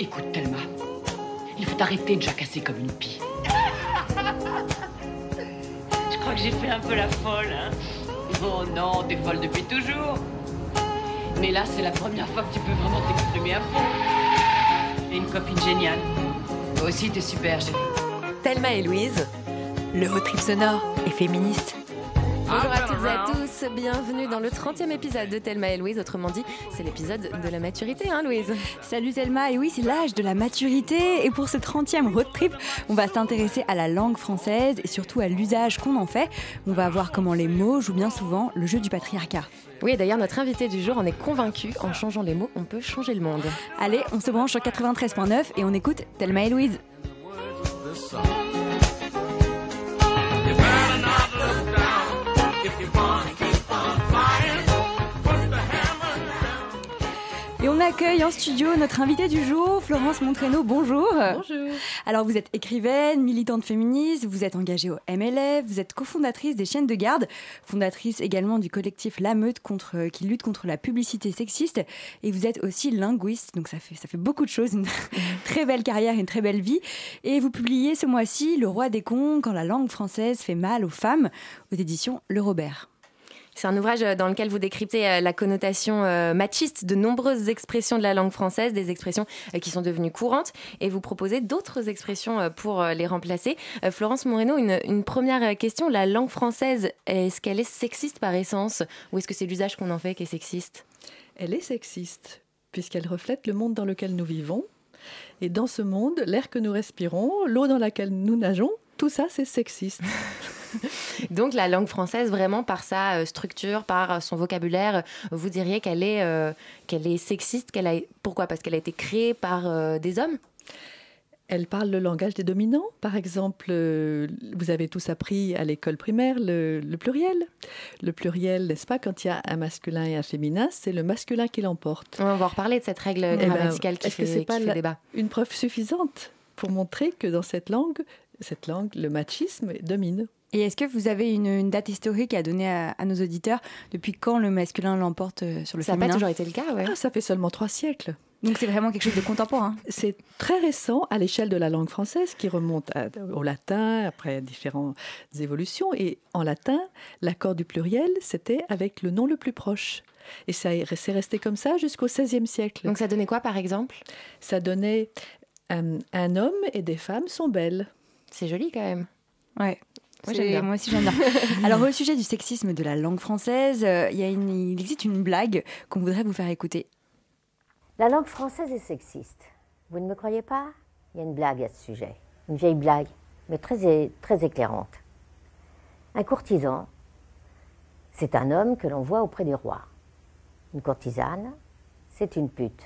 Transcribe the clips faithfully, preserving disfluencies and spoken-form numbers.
Écoute, Thelma, il faut arrêter de jacasser comme une pie. Je crois que j'ai fait un peu la folle, hein. Oh non, t'es folle depuis toujours. Mais là, c'est la première fois que tu peux vraiment t'exprimer à fond. T'es une copine géniale. Toi aussi, t'es super, chérie. Thelma et Louise, le road trip sonore et féministe. Bonjour à toutes et à tous, bienvenue dans le trentième épisode de Thelma et Louise, autrement dit, c'est l'épisode de la maturité, hein Louise? Salut Thelma, et oui c'est l'âge de la maturité, et pour ce trentième road trip, on va s'intéresser à la langue française et surtout à l'usage qu'on en fait. On va voir comment les mots jouent bien souvent le jeu du patriarcat. Oui, et d'ailleurs notre invité du jour en est convaincu, en changeant les mots, on peut changer le monde. Allez, on se branche sur quatre-vingt-treize neuf et on écoute Thelma et Louise. Et on accueille en studio notre invitée du jour, Florence Montreno, bonjour. Bonjour. Alors vous êtes écrivaine, militante féministe, vous êtes engagée au M L F, vous êtes cofondatrice des Chiennes de Garde, fondatrice également du collectif La Meute contre, qui lutte contre la publicité sexiste, et vous êtes aussi linguiste, donc ça fait, ça fait beaucoup de choses, une très belle carrière et une très belle vie. Et vous publiez ce mois-ci Le Roi des Cons, quand la langue française fait mal aux femmes, aux éditions Le Robert. C'est un ouvrage dans lequel vous décryptez la connotation machiste de nombreuses expressions de la langue française, des expressions qui sont devenues courantes, et vous proposez d'autres expressions pour les remplacer. Florence Montreno, une, une première question. La langue française, est-ce qu'elle est sexiste par essence, ou est-ce que c'est l'usage qu'on en fait qui est sexiste ? Elle est sexiste, puisqu'elle reflète le monde dans lequel nous vivons. Et dans ce monde, l'air que nous respirons, l'eau dans laquelle nous nageons, tout ça, c'est sexiste. Donc la langue française, vraiment par sa structure, par son vocabulaire, vous diriez qu'elle est, euh, qu'elle est sexiste, qu'elle a... Pourquoi ? Parce qu'elle a été créée par euh, des hommes ? Elle parle le langage des dominants. Par exemple, euh, vous avez tous appris à l'école primaire le, le pluriel. Le pluriel, n'est-ce pas, quand il y a un masculin et un féminin, c'est le masculin qui l'emporte. On va en reparler de cette règle Eh grammaticale ben, qui est-ce fait, que c'est qui pas fait la, débat. Une preuve suffisante pour montrer que dans cette langue, cette langue, le machisme domine. Et est-ce que vous avez une, une date historique à donner à, à nos auditeurs depuis quand le masculin l'emporte sur le ça féminin ? Ça n'a pas toujours été le cas, ouais. Ah, ça fait seulement trois siècles. Donc c'est vraiment quelque chose de contemporain. C'est très récent à l'échelle de la langue française qui remonte à, au latin, après différentes évolutions. Et en latin, l'accord du pluriel, c'était avec le nom le plus proche. Et ça c'est resté comme ça jusqu'au seizième siècle. Donc ça donnait quoi, par exemple ? Ça donnait euh, un homme et des femmes sont belles. C'est joli quand même. Ouais. Moi, j'aime bien. Moi aussi, j'aime bien. Alors, au sujet du sexisme de la langue française, euh, il, y a une, il existe une blague qu'on voudrait vous faire écouter. La langue française est sexiste. Vous ne me croyez pas ? Il y a une blague à ce sujet. Une vieille blague, mais très, très éclairante. Un courtisan, c'est un homme que l'on voit auprès des rois. Une courtisane, c'est une pute.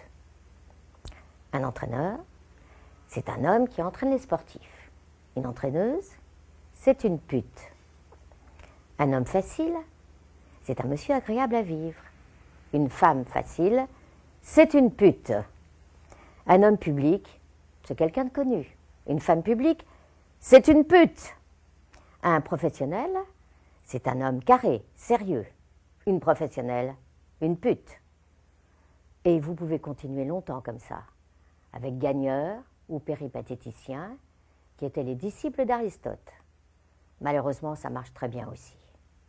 Un entraîneur, c'est un homme qui entraîne les sportifs. Une entraîneuse, c'est une pute. Un homme facile, c'est un monsieur agréable à vivre. Une femme facile, c'est une pute. Un homme public, c'est quelqu'un de connu. Une femme publique, c'est une pute. Un professionnel, c'est un homme carré, sérieux. Une professionnelle, une pute. Et vous pouvez continuer longtemps comme ça, avec Gagneur ou péripatéticien, qui étaient les disciples d'Aristote. Malheureusement, ça marche très bien aussi.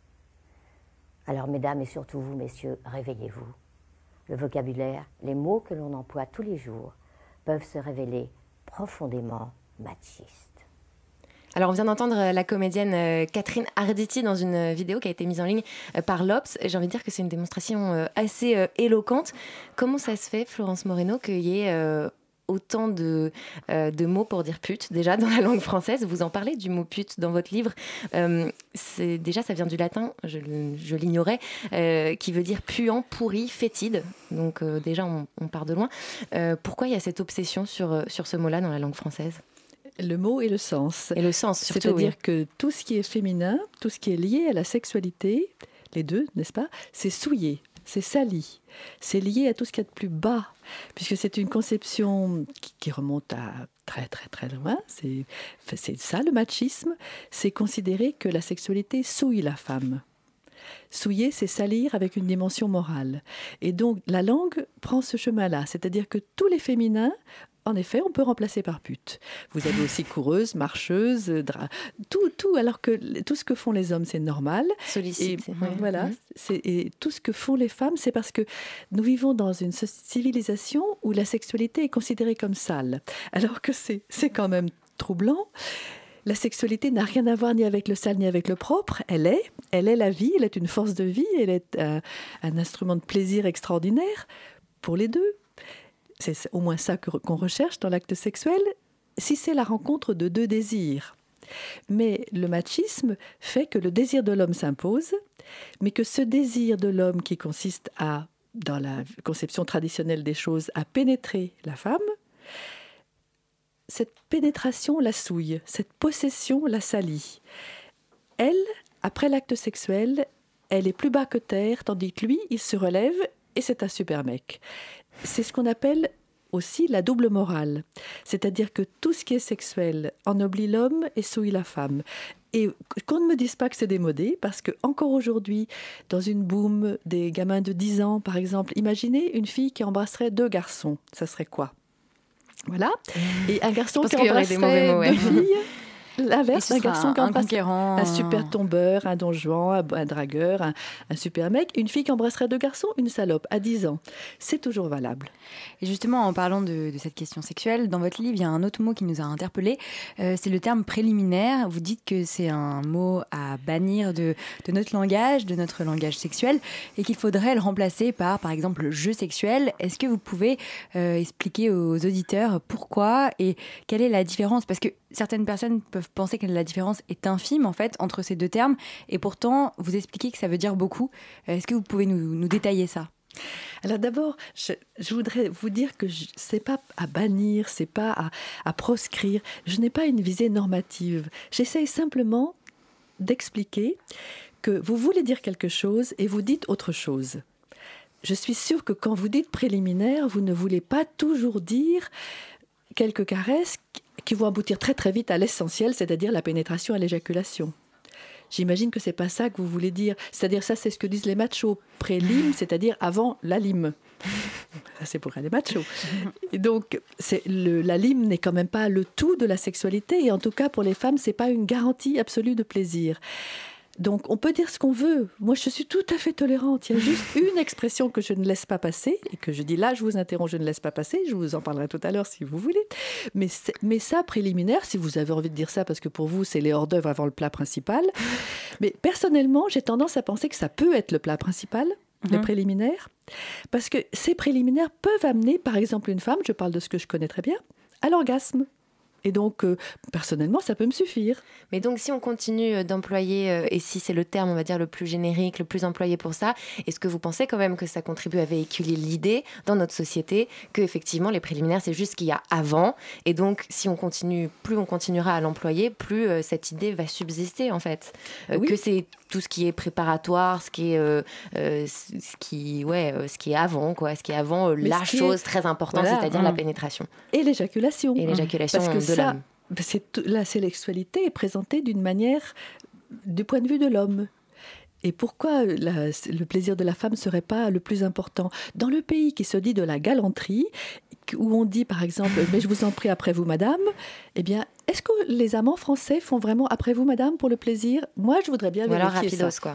Alors, mesdames et surtout vous, messieurs, réveillez-vous. Le vocabulaire, les mots que l'on emploie tous les jours peuvent se révéler profondément machistes. Alors, on vient d'entendre la comédienne Catherine Arditi dans une vidéo qui a été mise en ligne par l'Obs. J'ai envie de dire que c'est une démonstration assez éloquente. Comment ça se fait, Florence Montreno, qu'il y ait autant de, euh, de mots pour dire pute, déjà, dans la langue française? Vous en parlez du mot pute dans votre livre. Euh, c'est, déjà, ça vient du latin, je, je l'ignorais, euh, qui veut dire puant, pourri, fétide. Donc, euh, déjà, on, on part de loin. Euh, pourquoi il y a cette obsession sur, sur ce mot-là dans la langue française ? Le mot et le sens. Et le sens, surtout, C'est-à-dire oui. que tout ce qui est féminin, tout ce qui est lié à la sexualité, les deux, n'est-ce pas, c'est souillé. C'est sali, c'est lié à tout ce qu'il y a de plus bas, puisque c'est une conception qui, qui remonte à très très très loin. C'est, c'est ça le machisme, c'est considérer que la sexualité souille la femme. Souiller, c'est salir avec une dimension morale. Et donc la langue prend ce chemin-là, c'est-à-dire que tous les féminins en effet, on peut remplacer par pute. Vous avez aussi coureuse, marcheuse, dra... tout, tout, alors que tout ce que font les hommes, c'est normal. Sollicite. Et, Ouais. voilà, Mmh. c'est, et tout ce que font les femmes, c'est parce que nous vivons dans une civilisation où la sexualité est considérée comme sale, alors que c'est, c'est quand même troublant. La sexualité n'a rien à voir ni avec le sale ni avec le propre. Elle est, elle est la vie, elle est une force de vie, elle est un, un instrument de plaisir extraordinaire pour les deux. C'est au moins ça que, qu'on recherche dans l'acte sexuel, si c'est la rencontre de deux désirs. Mais le machisme fait que le désir de l'homme s'impose, mais que ce désir de l'homme qui consiste à, dans la conception traditionnelle des choses, à pénétrer la femme, cette pénétration la souille, cette possession la salit. Elle, après l'acte sexuel, elle est plus bas que terre, tandis que lui, il se relève et c'est un super mec. C'est ce qu'on appelle aussi la double morale. C'est-à-dire que tout ce qui est sexuel ennoblit l'homme et souille la femme. Et qu'on ne me dise pas que c'est démodé, parce qu'encore aujourd'hui, dans une boum, des gamins de dix ans, par exemple, imaginez une fille qui embrasserait deux garçons. Ça serait quoi ? Voilà. Et un garçon qui embrasserait deux filles, l'inverse, un garçon qui embrasserait un super tombeur, un don Juan, un dragueur, un, un super mec. Une fille qui embrasserait deux garçons, une salope, à dix ans. C'est toujours valable. Et justement, en parlant de, de cette question sexuelle, dans votre livre, il y a un autre mot qui nous a interpellés. Euh, c'est le terme préliminaire. Vous dites que c'est un mot à bannir de, de notre langage, de notre langage sexuel, et qu'il faudrait le remplacer par, par exemple, le jeu sexuel. Est-ce que vous pouvez euh, expliquer aux auditeurs pourquoi et quelle est la différence ? Parce que certaines personnes peuvent penser que la différence est infime, en fait, entre ces deux termes, et pourtant, vous expliquez que ça veut dire beaucoup. Est-ce que vous pouvez nous, nous détailler ça ? Alors d'abord, je, je voudrais vous dire que ce n'est pas à bannir, ce n'est pas à, à proscrire. Je n'ai pas une visée normative. J'essaye simplement d'expliquer que vous voulez dire quelque chose et vous dites autre chose. Je suis sûre que quand vous dites préliminaire, vous ne voulez pas toujours dire quelques caresses qui vont aboutir très très vite à l'essentiel, c'est-à-dire la pénétration et l'éjaculation. J'imagine que c'est pas ça que vous voulez dire. C'est-à-dire, ça, c'est ce que disent les machos. Pré-lime, c'est-à-dire avant la lime. Ça, c'est pour les machos. Et donc, c'est le, la lime n'est quand même pas le tout de la sexualité. Et en tout cas, pour les femmes, c'est pas une garantie absolue de plaisir. Donc, on peut dire ce qu'on veut. Moi, je suis tout à fait tolérante. Il y a juste une expression que je ne laisse pas passer et que je dis là, je vous interromps, je ne laisse pas passer. Je vous en parlerai tout à l'heure si vous voulez. Mais, mais ça, préliminaire, si vous avez envie de dire ça, parce que pour vous, c'est les hors-d'œuvre avant le plat principal. Mais personnellement, j'ai tendance à penser que ça peut être le plat principal, mmh. le préliminaire, parce que ces préliminaires peuvent amener, par exemple, une femme, je parle de ce que je connais très bien, à l'orgasme. Et donc, euh, personnellement, ça peut me suffire. Mais donc, si on continue d'employer, euh, et si c'est le terme, on va dire, le plus générique, le plus employé pour ça, est-ce que vous pensez quand même que ça contribue à véhiculer l'idée dans notre société qu'effectivement, les préliminaires, c'est juste ce qu'il y a avant, et donc, si on continue, plus on continuera à l'employer, plus euh, cette idée va subsister, en fait. Euh, oui. Que c'est tout ce qui est préparatoire, ce qui est, euh, euh, ce qui, ouais, euh, ce qui est avant, quoi, ce qui est avant euh, la chose est... très importante, voilà, c'est-à-dire hum. la pénétration. Et l'éjaculation. Et l'éjaculation Parce que de ça, l'homme. C'est, la sexualité est présentée d'une manière, du point de vue de l'homme. Et pourquoi la, le plaisir de la femme ne serait pas le plus important ? Dans le pays qui se dit de la galanterie, où on dit par exemple « mais je vous en prie après vous madame », eh bien, est-ce que les amants français font vraiment « après vous madame » pour le plaisir ? Moi, je voudrais bien vérifier ça. Ou alors rapidos, quoi.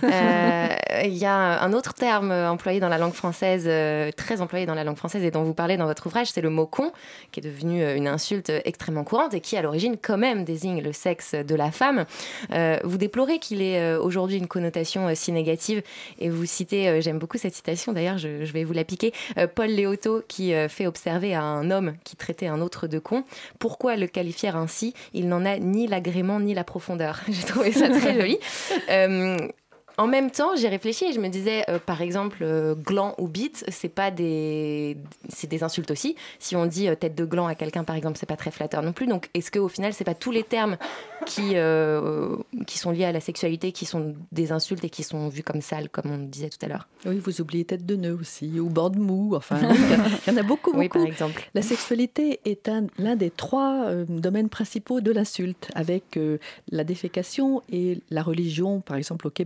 Il euh, y a un autre terme employé dans la langue française, euh, très employé dans la langue française et dont vous parlez dans votre ouvrage, c'est le mot « con », qui est devenu une insulte extrêmement courante et qui, à l'origine, quand même, désigne le sexe de la femme. Euh, vous déplorez qu'il ait euh, aujourd'hui une connotation euh, si négative et vous citez, euh, j'aime beaucoup cette citation, d'ailleurs, je, je vais vous la piquer, euh, Paul Léotot qui euh, fait observer à un homme qui traitait un autre de con, pourquoi le qualifier ainsi, il n'en a ni l'agrément ni la profondeur. J'ai trouvé ça très joli. Euh, en même temps, j'ai réfléchi et je me disais, euh, par exemple, euh, gland ou bite, c'est pas des, c'est des insultes aussi. Si on dit euh, tête de gland à quelqu'un, par exemple, c'est pas très flatteur non plus. Donc, est-ce qu'au final, c'est pas tous les termes qui euh, qui sont liés à la sexualité, qui sont des insultes et qui sont vus comme sales, comme on disait tout à l'heure ? Oui, vous oubliez tête de nœud aussi, ou bande mou. Enfin, il y en a beaucoup, beaucoup. Oui, par exemple. La sexualité est un, l'un des trois euh, domaines principaux de l'insulte, avec euh, la défécation et la religion, par exemple au Québec. Ici,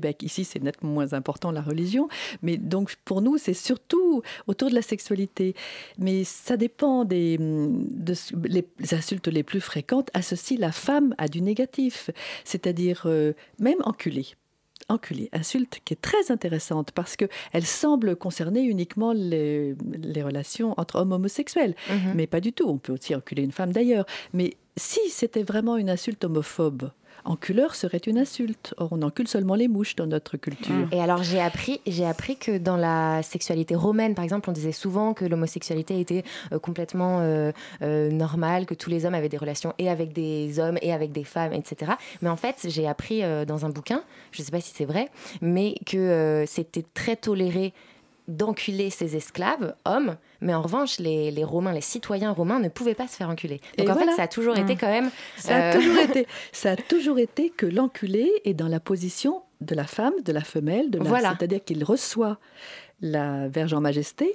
ici, c'est nettement moins important, la religion. Mais donc, pour nous, c'est surtout autour de la sexualité. Mais ça dépend des... De, les insultes les plus fréquentes associent la femme à du négatif. C'est-à-dire, euh, même enculé. Enculé, insulte qui est très intéressante parce qu'elle semble concerner uniquement les, les relations entre hommes homosexuels. Mmh. Mais pas du tout. On peut aussi enculer une femme d'ailleurs. Mais si c'était vraiment une insulte homophobe, enculeur serait une insulte. Or, on encule seulement les mouches dans notre culture. Et alors, j'ai appris, j'ai appris que dans la sexualité romaine, par exemple, on disait souvent que l'homosexualité était euh, complètement euh, euh, normale, que tous les hommes avaient des relations et avec des hommes et avec des femmes, et cetera. Mais en fait, j'ai appris euh, dans un bouquin, je ne sais pas si c'est vrai, mais que euh, c'était très toléré d'enculer ses esclaves, hommes, mais en revanche, les, les Romains, les citoyens romains ne pouvaient pas se faire enculer. Donc et en voilà. fait, ça a toujours mmh. été quand même... Ça a, euh... toujours été, ça a toujours été que l'enculé est dans la position de la femme, de la femelle, de la, voilà. c'est-à-dire qu'il reçoit la Vierge en majesté,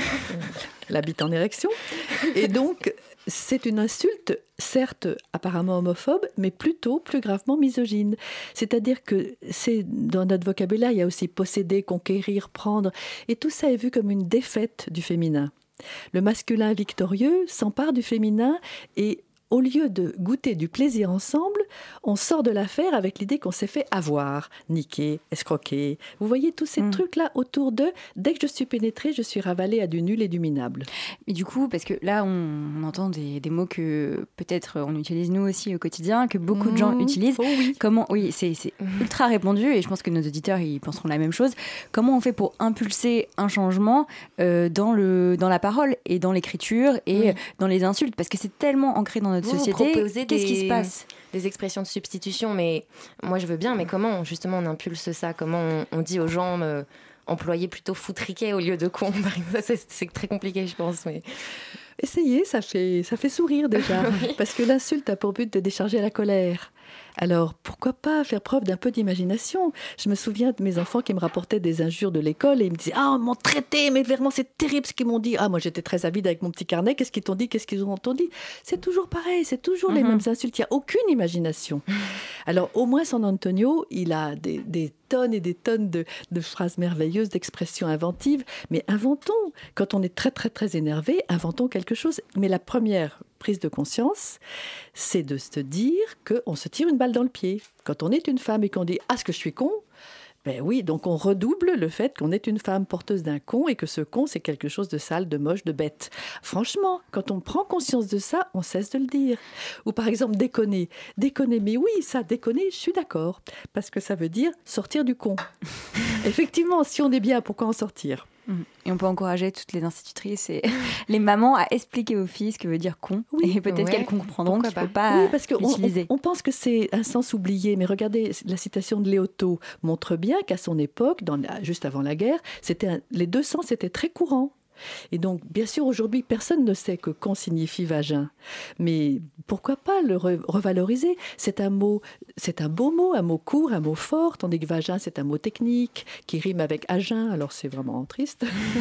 la bite en érection, et donc c'est une insulte, certes apparemment homophobe, mais plutôt plus gravement misogyne. C'est-à-dire que c'est, dans notre vocabulaire, il y a aussi posséder, conquérir, prendre, et tout ça est vu comme une défaite du féminin. Le masculin victorieux s'empare du féminin et au lieu de goûter du plaisir ensemble, on sort de l'affaire avec l'idée qu'on s'est fait avoir, niquer, escroquer. Vous voyez tous ces mmh. trucs-là autour d'eux. Dès que je suis pénétrée, je suis ravalée à du nul et du minable. Mais du coup, parce que là, on, on entend des, des mots que peut-être on utilise nous aussi au quotidien, que beaucoup mmh. de gens utilisent. Oh oui. Comment, oui, c'est, c'est mmh. ultra répandu et je pense que nos auditeurs, ils penseront la même chose. Comment on fait pour impulser un changement euh, dans, le, dans la parole et dans l'écriture et mmh. dans les insultes? Parce que c'est tellement ancré dans notre Vous société. Qu'est-ce des, qui se passe? Des expressions de substitution, mais moi je veux bien, mais comment justement on impulse ça? Comment on, on dit aux gens euh, employer plutôt foutriquet au lieu de con? c'est, c'est très compliqué, je pense. Mais... Essayez, ça fait, ça fait sourire déjà, oui. Parce que l'insulte a pour but de décharger la colère. Alors, pourquoi pas faire preuve d'un peu d'imagination? Je me souviens de mes enfants qui me rapportaient des injures de l'école et ils me disaient « Ah, on m'a traité, mais vraiment, c'est terrible ce qu'ils m'ont dit. » Ah, moi, j'étais très avide avec mon petit carnet. Qu'est-ce qu'ils t'ont dit? Qu'est-ce qu'ils ont dit? C'est toujours pareil, c'est toujours mm-hmm. les mêmes insultes. Il n'y a aucune imagination. Alors, au moins, San Antonio, il a des, des tonnes et des tonnes de, de phrases merveilleuses, d'expressions inventives. Mais inventons. Quand on est très, très, très énervé, inventons quelque chose. Mais la première prise de conscience, c'est de se dire qu'on se tire une balle dans le pied. Quand on est une femme et qu'on dit « Ah, est-ce que je suis con ?» Ben oui, donc on redouble le fait qu'on est une femme porteuse d'un con et que ce con, c'est quelque chose de sale, de moche, de bête. Franchement, quand on prend conscience de ça, on cesse de le dire. Ou par exemple, déconner. Déconner, mais oui, ça, déconner, je suis d'accord. Parce que ça veut dire sortir du con. Effectivement, si on est bien, pourquoi en sortir ? Et on peut encourager toutes les institutrices et les mamans à expliquer aux filles ce que veut dire con. Oui, et peut-être ouais. qu'elles comprendront qu'il ne faut pas oui, parce l'utiliser. On, on, on pense que c'est un sens oublié, mais regardez, la citation de Léoto montre bien qu'à son époque, dans la, juste avant la guerre, c'était un, les deux sens étaient très courants. Et donc, bien sûr, aujourd'hui, personne ne sait que con signifie vagin. Mais pourquoi pas le re- revaloriser? C'est un mot, c'est un beau mot, un mot court, un mot fort, tandis que vagin, c'est un mot technique qui rime avec agin, alors c'est vraiment triste.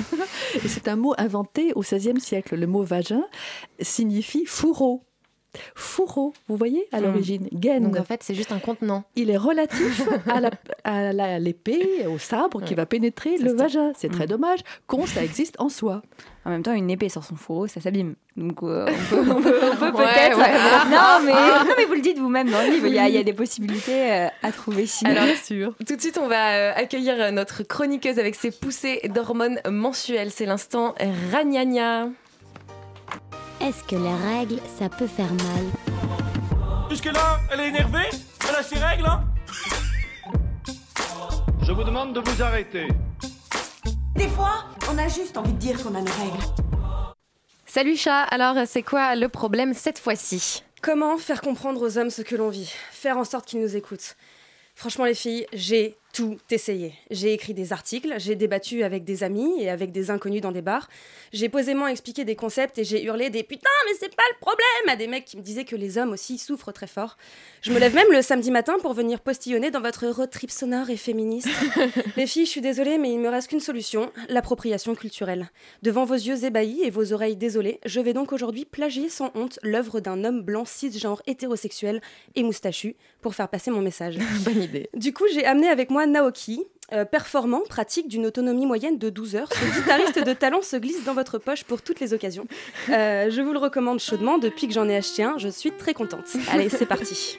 Et c'est un mot inventé au seizième siècle. Le mot vagin signifie fourreau. Fourreau, vous voyez, à l'origine, gaine. Donc en fait, c'est juste un contenant. Il est relatif à, la, à, la, à l'épée, au sabre qui ouais. va pénétrer ça le vagin. C'est très mmh. dommage. Con, ça existe en soi. En même temps, une épée sur son fourreau, ça s'abîme. Donc euh, on peut, on peut, on peut peut-être... Ouais, ouais. Ah, non, mais, ah. non, mais vous le dites vous-même dans le livre, il y a, il y a des possibilités euh, à trouver. Si Alors, sûr. Tout de suite, on va euh, accueillir notre chroniqueuse avec ses poussées d'hormones mensuelles. C'est l'instant Ragnagna. Est-ce que les règles, ça peut faire mal? Jusque-là, elle est énervée? Elle a ses règles, hein? Je vous demande de vous arrêter. Des fois, on a juste envie de dire qu'on a nos règles. Salut chat, alors c'est quoi le problème cette fois-ci? Comment faire comprendre aux hommes ce que l'on vit? Faire en sorte qu'ils nous écoutent. Franchement les filles, j'ai tout essayé. J'ai écrit des articles, j'ai débattu avec des amis et avec des inconnus dans des bars. J'ai posément expliqué des concepts et j'ai hurlé des « putain, mais c'est pas le problème !» à des mecs qui me disaient que les hommes aussi souffrent très fort. Je me lève même le samedi matin pour venir postillonner dans votre road trip sonore et féministe. Les filles, je suis désolée, mais il me reste qu'une solution, l'appropriation culturelle. Devant vos yeux ébahis et vos oreilles désolées, je vais donc aujourd'hui plagier sans honte l'œuvre d'un homme blanc cisgenre hétérosexuel et moustachu pour faire passer mon message. Bonne idée. Du coup, j'ai amené avec moi Naoki, Euh, performant, pratique, d'une autonomie moyenne de douze heures, ce guitariste de talent se glisse dans votre poche pour toutes les occasions. Euh, je vous le recommande chaudement, depuis que j'en ai acheté un, je suis très contente. Allez, c'est parti.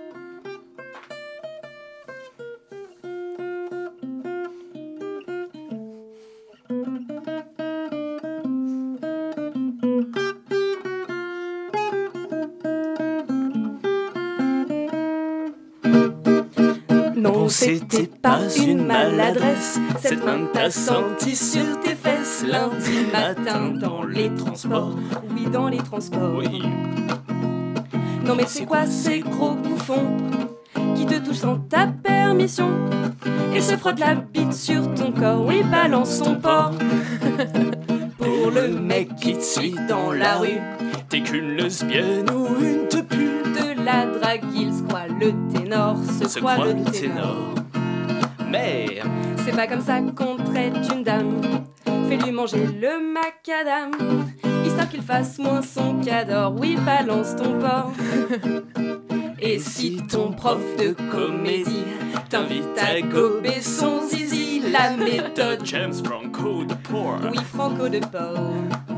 Non, c'était pas une maladresse, cette main t'a senti sur tes fesses lundi matin dans les transports. Oui, dans les transports. Oui. Non, mais c'est quoi ces gros bouffons qui te touchent sans ta permission et se frottent la bite sur ton corps? Oui, balance ton porc. Pour le mec qui te suit dans la rue, t'es qu'une lesbienne ou une tepue. De la drague, il se croit le ténor, se, se croit, croit le ténor. ténor. Mais c'est pas comme ça qu'on traite une dame. Fais-lui manger le macadam, histoire qu'il fasse moins son cador. Oui, balance ton porc. Et si ton prof de comédie t'invite à gober son zizi, la méthode James Franco de porc. Oui, Franco de porc.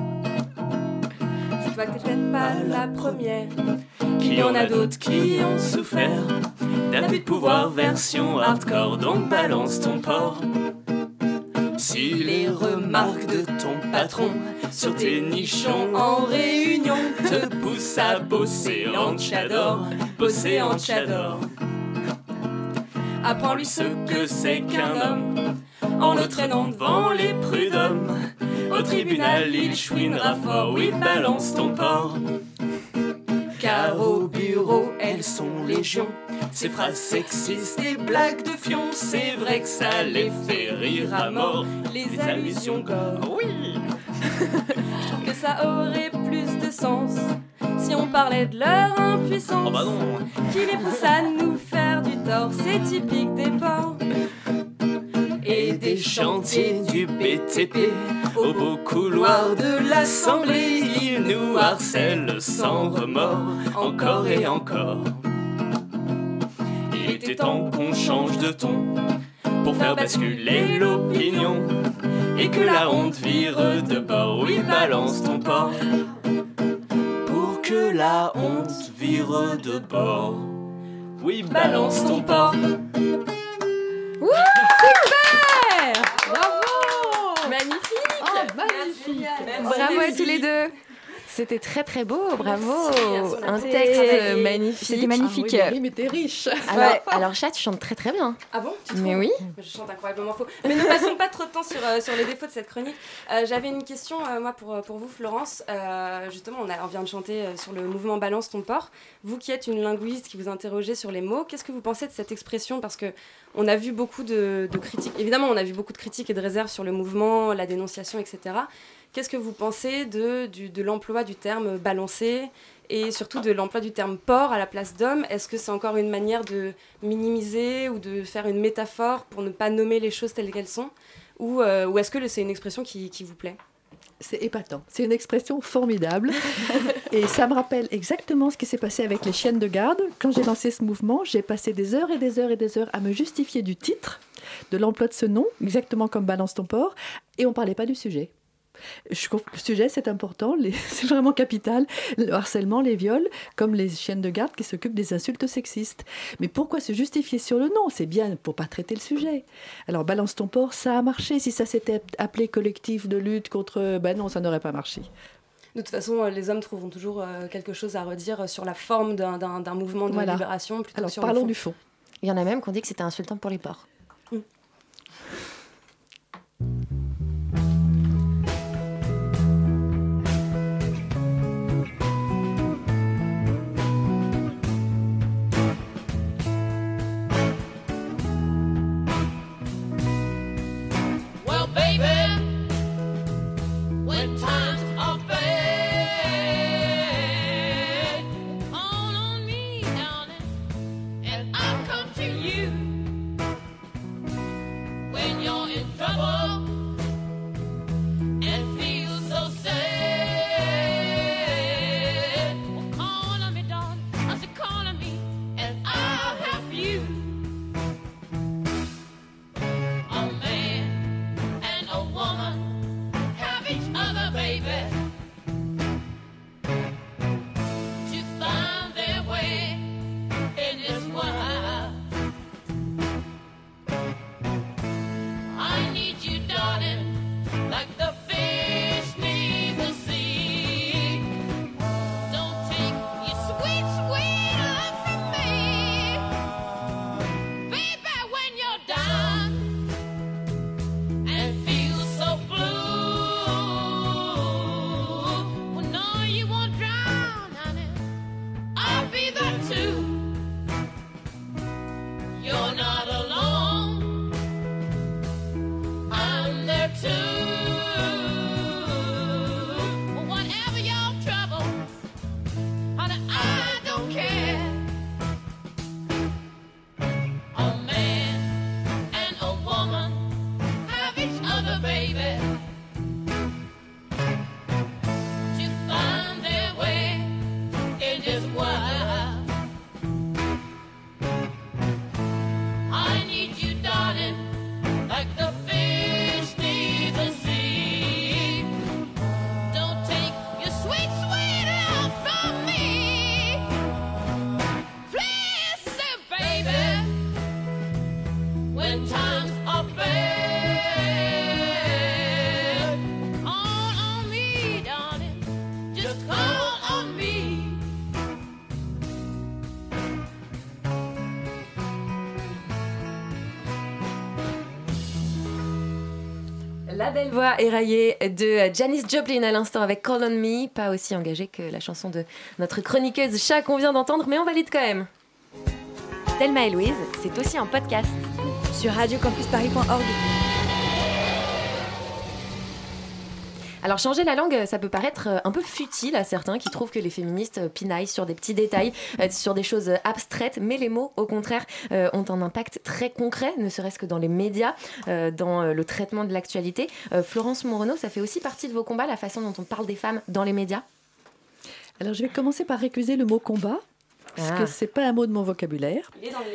Tu vois que t'es peut-être pas la première, qu'il y en a d'autres qui ont souffert d'abus de pouvoir version hardcore, donc balance ton porc. Si les remarques de ton patron sur tes nichons en réunion te poussent à bosser en tchador, bosser en tchador, apprends-lui ce que c'est qu'un homme en le traînant devant les prud'hommes. Au tribunal, il chouinera fort, oui, balance ton porc. Car au bureau, elles sont légion. Ces phrases sexistes et blagues de fion, c'est vrai que ça les fait rire à mort. Les, les allusions gore, oui. Je trouve que ça aurait plus de sens si on parlait de leur impuissance, oh bah non. Qui les pousse à nous faire du tort, c'est typique des porcs. Et des chantiers du B T P au beau couloir de l'Assemblée, ils nous harcèlent sans remords, encore et encore. Il était temps qu'on change de ton pour faire basculer l'opinion et que la honte vire de bord. Oui, balance ton porc. Pour que la honte vire de bord. Oui, balance ton porc. Wouh, super! Bravo! Magnifique! Oh, magnifique! Bravo à tous les deux! C'était très très beau, bravo! Merci, un texte c'était... magnifique. C'était magnifique. Ah oui, le rime était riche. Alors, ouais. alors chat, tu chantes très très bien. Ah bon? Tu Mais oui. Je chante incroyablement faux. Mais ne passons pas trop de temps sur, euh, sur les défauts de cette chronique. Euh, j'avais une question, euh, moi, pour, pour vous, Florence. Euh, justement, on, a, on vient de chanter euh, sur le mouvement Balance ton porc. Vous qui êtes une linguiste, qui vous interrogez sur les mots, qu'est-ce que vous pensez de cette expression? Parce que on a vu beaucoup de, de critiques. Évidemment, on a vu beaucoup de critiques et de réserves sur le mouvement, la dénonciation, et cetera. Qu'est-ce que vous pensez de, du, de l'emploi du terme balancer et surtout de l'emploi du terme porc à la place d'homme? Est-ce que c'est encore une manière de minimiser ou de faire une métaphore pour ne pas nommer les choses telles qu'elles sont? Ou, euh, ou est-ce que c'est une expression qui, qui vous plaît? C'est épatant. C'est une expression formidable. Et ça me rappelle exactement ce qui s'est passé avec les chiennes de garde. Quand j'ai lancé ce mouvement, j'ai passé des heures et des heures et des heures à me justifier du titre, de l'emploi de ce nom, exactement comme Balance ton porc, et on ne parlait pas du sujet. Je trouve que le sujet, c'est important, les, c'est vraiment capital, le harcèlement, les viols, comme les chiennes de garde qui s'occupent des insultes sexistes. Mais pourquoi se justifier sur le nom? C'est bien pour pas traiter le sujet. Alors, Balance ton porc, ça a marché. Si ça s'était appelé collectif de lutte contre... Ben non, ça n'aurait pas marché. De toute façon, les hommes trouveront toujours quelque chose à redire sur la forme d'un, d'un, d'un mouvement de voilà. libération. Plutôt Alors, que sur parlons le fond. du fond. Il y en a même qui ont dit que c'était insultant pour les porcs. Mmh. La belle voix éraillée de Janis Joplin à l'instant avec Call on Me, pas aussi engagée que la chanson de notre chroniqueuse Chat qu'on vient d'entendre, mais on valide quand même. Thelma et Louise, c'est aussi un podcast sur radio campus paris point org. Alors changer la langue, ça peut paraître un peu futile à certains qui trouvent que les féministes pinaillent sur des petits détails, euh, sur des choses abstraites, mais les mots, au contraire, euh, ont un impact très concret, ne serait-ce que dans les médias, euh, dans le traitement de l'actualité. Euh, Florence Moreno, ça fait aussi partie de vos combats, la façon dont on parle des femmes dans les médias? Alors je vais commencer par récuser le mot combat. Parce ah. que ce n'est pas un mot de mon vocabulaire. Il est dans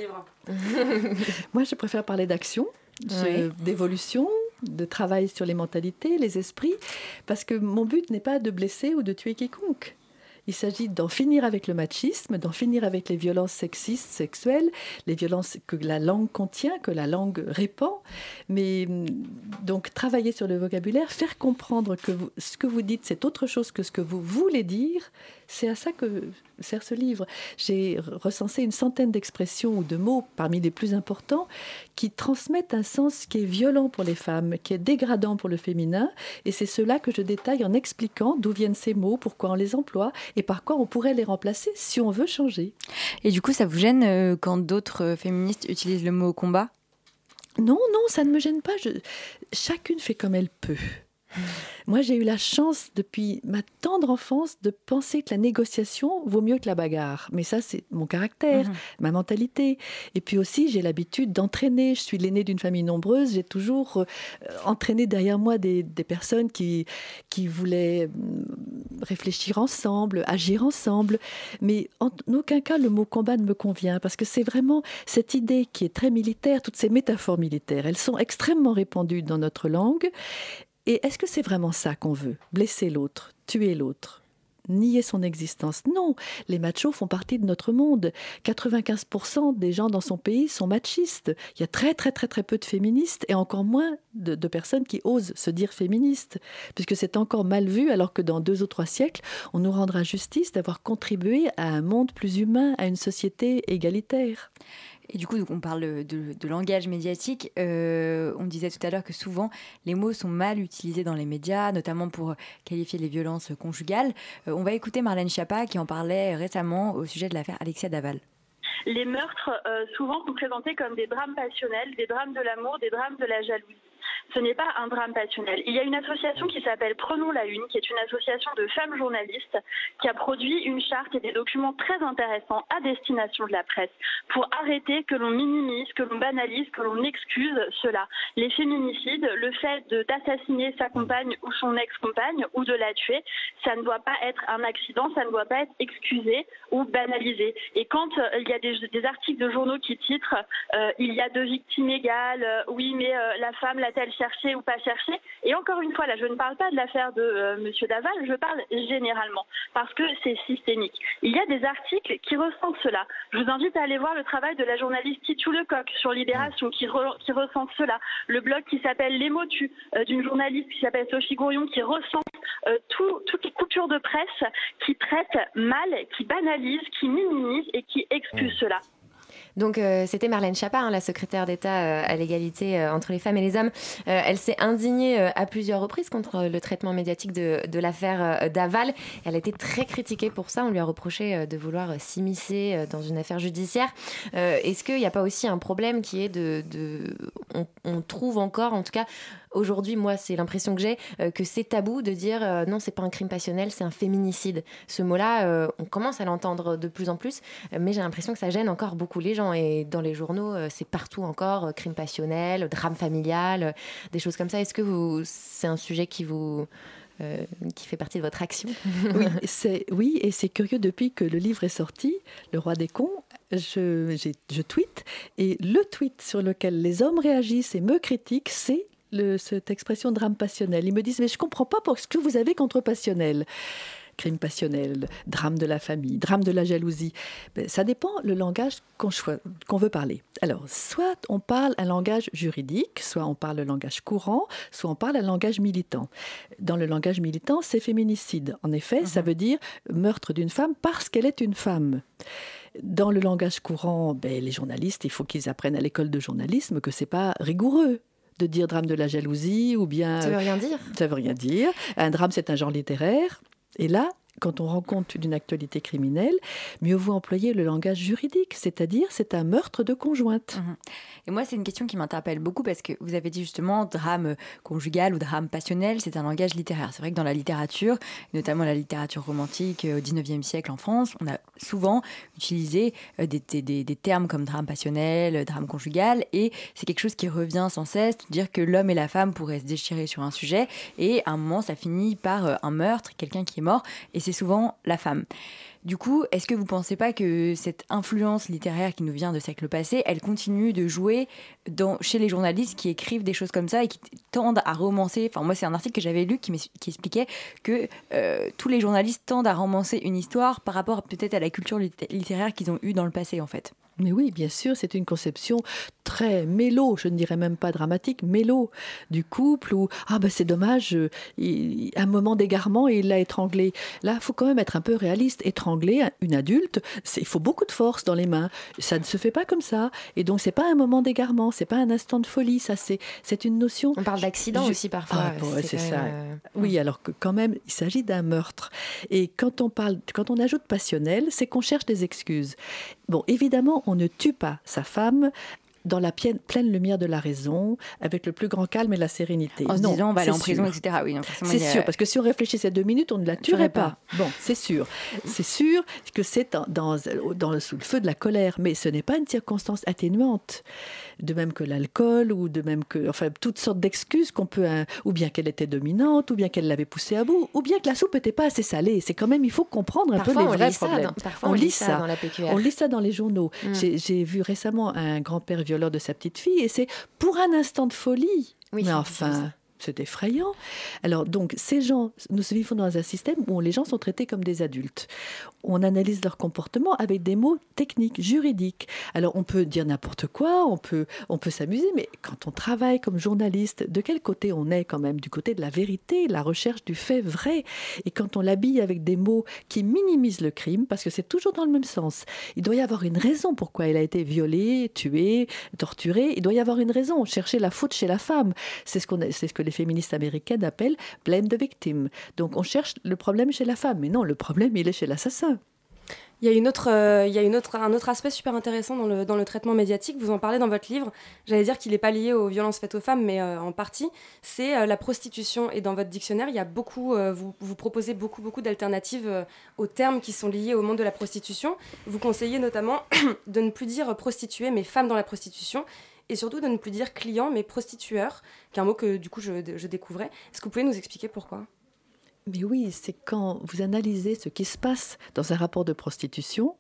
le livre. Moi, je préfère parler d'action, oui. d'évolution, de travail sur les mentalités, les esprits, parce que mon but n'est pas de blesser ou de tuer quiconque. Il s'agit d'en finir avec le machisme, d'en finir avec les violences sexistes, sexuelles, les violences que la langue contient, que la langue répand. Mais donc travailler sur le vocabulaire, faire comprendre que vous, ce que vous dites, c'est autre chose que ce que vous voulez dire, c'est à ça que sert ce livre. J'ai recensé une centaine d'expressions ou de mots, parmi les plus importants, qui transmettent un sens qui est violent pour les femmes, qui est dégradant pour le féminin. Et c'est cela que je détaille en expliquant d'où viennent ces mots, pourquoi on les emploie et par quoi on pourrait les remplacer si on veut changer. Et du coup, ça vous gêne euh, quand d'autres féministes utilisent le mot combat ? Non, non, ça ne me gêne pas. Je... Chacune fait comme elle peut. Moi, j'ai eu la chance, depuis ma tendre enfance, de penser que la négociation vaut mieux que la bagarre. Mais ça, c'est mon caractère, mmh. ma mentalité. Et puis aussi, j'ai l'habitude d'entraîner. Je suis l'aînée d'une famille nombreuse. J'ai toujours euh, entraîné derrière moi des, des personnes qui, qui voulaient euh, réfléchir ensemble, agir ensemble. Mais en aucun cas, le mot combat ne me convient. Parce que c'est vraiment cette idée qui est très militaire, toutes ces métaphores militaires. Elles sont extrêmement répandues dans notre langue. Et est-ce que c'est vraiment ça qu'on veut ? Blesser l'autre, tuer l'autre, nier son existence ? Non, les machos font partie de notre monde. quatre-vingt-quinze pour cent des gens dans son pays sont machistes. Il y a très très très très peu de féministes et encore moins de, de personnes qui osent se dire féministes, puisque c'est encore mal vu, alors que dans deux ou trois siècles, on nous rendra justice d'avoir contribué à un monde plus humain, à une société égalitaire. Et du coup, on parle de, de langage médiatique. Euh, on disait tout à l'heure que souvent, les mots sont mal utilisés dans les médias, notamment pour qualifier les violences conjugales. Euh, on va écouter Marlène Schiappa qui en parlait récemment au sujet de l'affaire Alexia Daval. Les meurtres, euh, souvent, sont présentés comme des drames passionnels, des drames de l'amour, des drames de la jalousie. Ce n'est pas un drame passionnel. Il y a une association qui s'appelle Prenons la Une, qui est une association de femmes journalistes qui a produit une charte et des documents très intéressants à destination de la presse pour arrêter que l'on minimise, que l'on banalise, que l'on excuse cela. Les féminicides, le fait de, d'assassiner sa compagne ou son ex-compagne ou de la tuer, ça ne doit pas être un accident, ça ne doit pas être excusé ou banalisé. Et quand euh, il y a des, des articles de journaux qui titrent euh, « Il y a deux victimes égales, euh, oui mais euh, la femme l'a-t-elle cherché ou pas cherché ?» Et encore une fois, là, je ne parle pas de l'affaire de euh, Monsieur Daval, je parle généralement, parce que c'est systémique. Il y a des articles qui ressentent cela. Je vous invite à aller voir le travail de la journaliste Titou Lecoq sur Libération, qui, re, qui recense cela. Le blog qui s'appelle Les mots tuent, euh, d'une journaliste qui s'appelle Sophie Gourion, qui recense euh, tout, toutes les coupures de presse qui traitent mal, qui banalisent, qui minimisent et qui excusent mmh. cela. Donc euh, c'était Marlène Schiappa, hein, la secrétaire d'État euh, à l'égalité euh, entre les femmes et les hommes. Euh, elle s'est indignée euh, à plusieurs reprises contre le traitement médiatique de, de l'affaire euh, Daval. Elle a été très critiquée pour ça. On lui a reproché euh, de vouloir euh, s'immiscer euh, dans une affaire judiciaire. Euh, est-ce qu'il n'y a pas aussi un problème qui est de... de on, on trouve encore, en tout cas... Aujourd'hui, moi, c'est l'impression que j'ai, euh, que c'est tabou de dire euh, non, c'est pas un crime passionnel, c'est un féminicide. Ce mot-là, euh, on commence à l'entendre de plus en plus, euh, mais j'ai l'impression que ça gêne encore beaucoup les gens. Et dans les journaux, euh, c'est partout encore euh, crime passionnel, drame familial, euh, des choses comme ça. Est-ce que vous, c'est un sujet qui vous... Euh, qui fait partie de votre action? Oui, c'est, oui, et c'est curieux, depuis que le livre est sorti, Le Roi des cons, je, j'ai, je tweete, et le tweet sur lequel les hommes réagissent et me critiquent, c'est Le, cette expression drame passionnel. Ils me disent, mais je ne comprends pas pour ce que vous avez contre passionnel. Crime passionnel, drame de la famille, drame de la jalousie. Ben, ça dépend le langage qu'on, cho- qu'on veut parler. Alors, soit on parle un langage juridique, soit on parle le langage courant, soit on parle un langage militant. Dans le langage militant, c'est féminicide. En effet, mmh. ça veut dire meurtre d'une femme parce qu'elle est une femme. Dans le langage courant, ben, les journalistes, il faut qu'ils apprennent à l'école de journalisme que ce n'est pas rigoureux de dire drame de la jalousie ou bien... Ça veut rien dire. Ça veut rien dire. Un drame, c'est un genre littéraire. Et là, quand on rend compte d'une actualité criminelle, mieux vaut employer le langage juridique, c'est-à-dire c'est un meurtre de conjointe. Mmh. Et moi, c'est une question qui m'interpelle beaucoup parce que vous avez dit justement drame conjugal ou drame passionnel, c'est un langage littéraire. C'est vrai que dans la littérature, notamment la littérature romantique au dix-neuvième siècle en France, on a souvent utilisé des, des, des termes comme drame passionnel, drame conjugal, et c'est quelque chose qui revient sans cesse, dire que l'homme et la femme pourraient se déchirer sur un sujet, et à un moment, ça finit par un meurtre, quelqu'un qui est mort, et c'est souvent la femme. Du coup, est-ce que vous ne pensez pas que cette influence littéraire qui nous vient de siècles passés, elle continue de jouer dans, chez les journalistes qui écrivent des choses comme ça et qui tendent à romancer. Enfin, moi, c'est un article que j'avais lu qui, qui expliquait que euh, tous les journalistes tendent à romancer une histoire par rapport peut-être à la culture littéraire qu'ils ont eue dans le passé, en fait. Mais oui, bien sûr, c'est une conception très mélo, je ne dirais même pas dramatique, mélo du couple où ah ben c'est dommage, il, un moment d'égarement et il l'a étranglée. Là, il faut quand même être un peu réaliste. Étrangler une adulte, il faut beaucoup de force dans les mains. Ça ne se fait pas comme ça. Et donc, c'est pas un moment d'égarement, c'est pas un instant de folie. Ça, c'est, c'est une notion. On parle d'accident je... aussi parfois. Ah, bon, c'est, c'est ça. Euh... Oui, alors que quand même, il s'agit d'un meurtre. Et quand on parle, quand on ajoute passionnel, c'est qu'on cherche des excuses. Bon, évidemment, on ne tue pas sa femme dans la pleine, pleine lumière de la raison, avec le plus grand calme et la sérénité. En se non, disant, on va aller en prison, sûr. et cetera. Oui, non, c'est sûr, parce que si on réfléchissait deux minutes, on ne la tuerait pas. pas. Bon, c'est sûr. C'est sûr que c'est dans, dans, dans, sous le feu de la colère, mais ce n'est pas une circonstance atténuante. De même que l'alcool, ou de même que... Enfin, toutes sortes d'excuses qu'on peut... Hein, ou bien qu'elle était dominante, ou bien qu'elle l'avait poussée à bout, ou bien que la soupe n'était pas assez salée. C'est quand même... Il faut comprendre un parfois peu les vrais problèmes. Dans, parfois, on, on lit ça, ça dans la P Q R. On lit ça dans les journaux. Mm. J'ai, j'ai vu récemment un grand-père violeur de sa petite fille, et c'est pour un instant de folie. Oui, mais enfin... C'est effrayant. Alors, donc, ces gens, nous vivons dans un système où les gens sont traités comme des adultes. On analyse leur comportement avec des mots techniques, juridiques. Alors, on peut dire n'importe quoi, on peut, on peut s'amuser, mais quand on travaille comme journaliste, de quel côté on est quand même ? Du côté de la vérité, la recherche du fait vrai. Et quand on l'habille avec des mots qui minimisent le crime, parce que c'est toujours dans le même sens, il doit y avoir une raison pourquoi elle a été violée, tuée, torturée. Il doit y avoir une raison. Chercher la faute chez la femme. C'est ce, qu'on a, c'est ce que les féministes américaines appellent « blame the victim ». Donc on cherche le problème chez la femme, mais non, le problème il est chez l'assassin. Il y a, une autre, euh, il y a une autre, un autre aspect super intéressant dans le, dans le traitement médiatique, vous en parlez dans votre livre, j'allais dire qu'il n'est pas lié aux violences faites aux femmes, mais euh, en partie, c'est euh, la prostitution. Et dans votre dictionnaire, il y a beaucoup, euh, vous, vous proposez beaucoup, beaucoup d'alternatives euh, aux termes qui sont liés au monde de la prostitution. Vous conseillez notamment de ne plus dire prostituée, mais femme dans la prostitution, et surtout de ne plus dire client, mais prostitueur, qui est un mot que du coup je, je découvrais. Est-ce que vous pouvez nous expliquer pourquoi ? Mais oui, c'est quand vous analysez ce qui se passe dans un rapport de prostitution,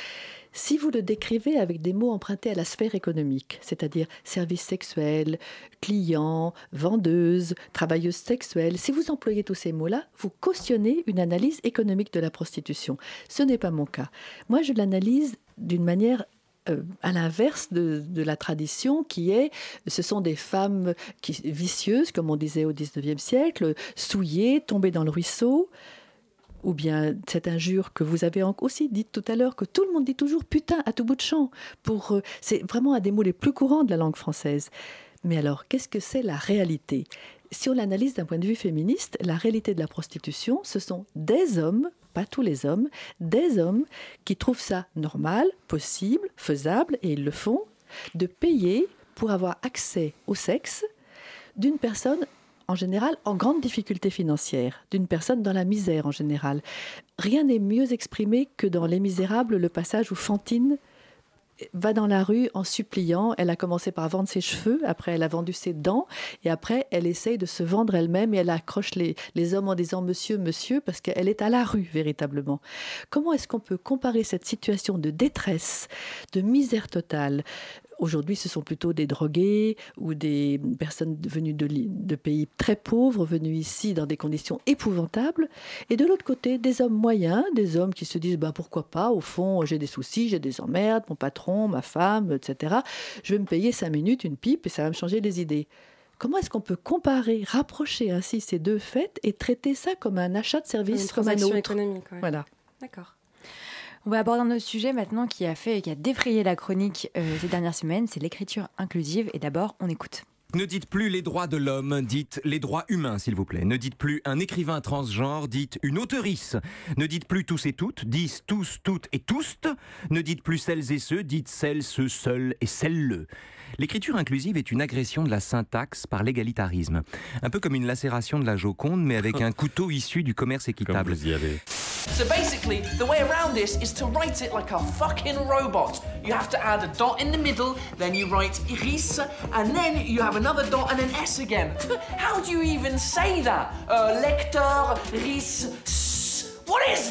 si vous le décrivez avec des mots empruntés à la sphère économique, c'est-à-dire service sexuel, client, vendeuse, travailleuse sexuelle, si vous employez tous ces mots-là, vous cautionnez une analyse économique de la prostitution. Ce n'est pas mon cas. Moi, je l'analyse d'une manière Euh, à l'inverse de, de la tradition qui est, ce sont des femmes qui, vicieuses, comme on disait au dix-neuvième siècle, souillées, tombées dans le ruisseau, ou bien cette injure que vous avez aussi dite tout à l'heure, que tout le monde dit toujours putain à tout bout de champ. Pour, euh, c'est vraiment un des mots les plus courants de la langue française. Mais alors, qu'est-ce que c'est la réalité ? Si on l'analyse d'un point de vue féministe, la réalité de la prostitution, ce sont des hommes, pas tous les hommes, des hommes qui trouvent ça normal, possible, faisable, et ils le font, de payer pour avoir accès au sexe d'une personne, en général, en grande difficulté financière, d'une personne dans la misère en général. Rien n'est mieux exprimé que dans Les Misérables, le passage où Fantine va dans la rue en suppliant. Elle a commencé par vendre ses cheveux, après elle a vendu ses dents, et après elle essaye de se vendre elle-même et elle accroche les, les hommes en disant « monsieur, monsieur » parce qu'elle est à la rue véritablement. Comment est-ce qu'on peut comparer cette situation de détresse, de misère totale ? Aujourd'hui, ce sont plutôt des drogués ou des personnes venues de, de pays très pauvres, venues ici dans des conditions épouvantables. Et de l'autre côté, des hommes moyens, des hommes qui se disent bah, « pourquoi pas, au fond, j'ai des soucis, j'ai des emmerdes, mon patron, ma femme, et cetera. Je vais me payer cinq minutes, une pipe, et ça va me changer les idées. » Comment est-ce qu'on peut comparer, rapprocher ainsi ces deux faits et traiter ça comme un achat de service comme, comme un autre économique, ouais. Voilà. D'accord. On va aborder un autre sujet maintenant qui a fait et qui a défrayé la chronique euh, ces dernières semaines, c'est l'écriture inclusive. Et d'abord, on écoute. Ne dites plus les droits de l'homme, dites les droits humains, s'il vous plaît. Ne dites plus un écrivain transgenre, dites une auteurice. Ne dites plus tous et toutes, dites tous, toutes et tous. Ne dites plus celles et ceux, dites celles, ceux, seuls et celles-le. L'écriture inclusive est une agression de la syntaxe par l'égalitarisme. Un peu comme une lacération de la Joconde, mais avec un couteau issu du commerce équitable. Comme vous y allez. So basically, the way around this is to write it like a fucking robot. You have to add a dot in the middle, then you write iris, and then you have another dot and an S again. How do you even say that? Uh, lecteur, ris, s. What is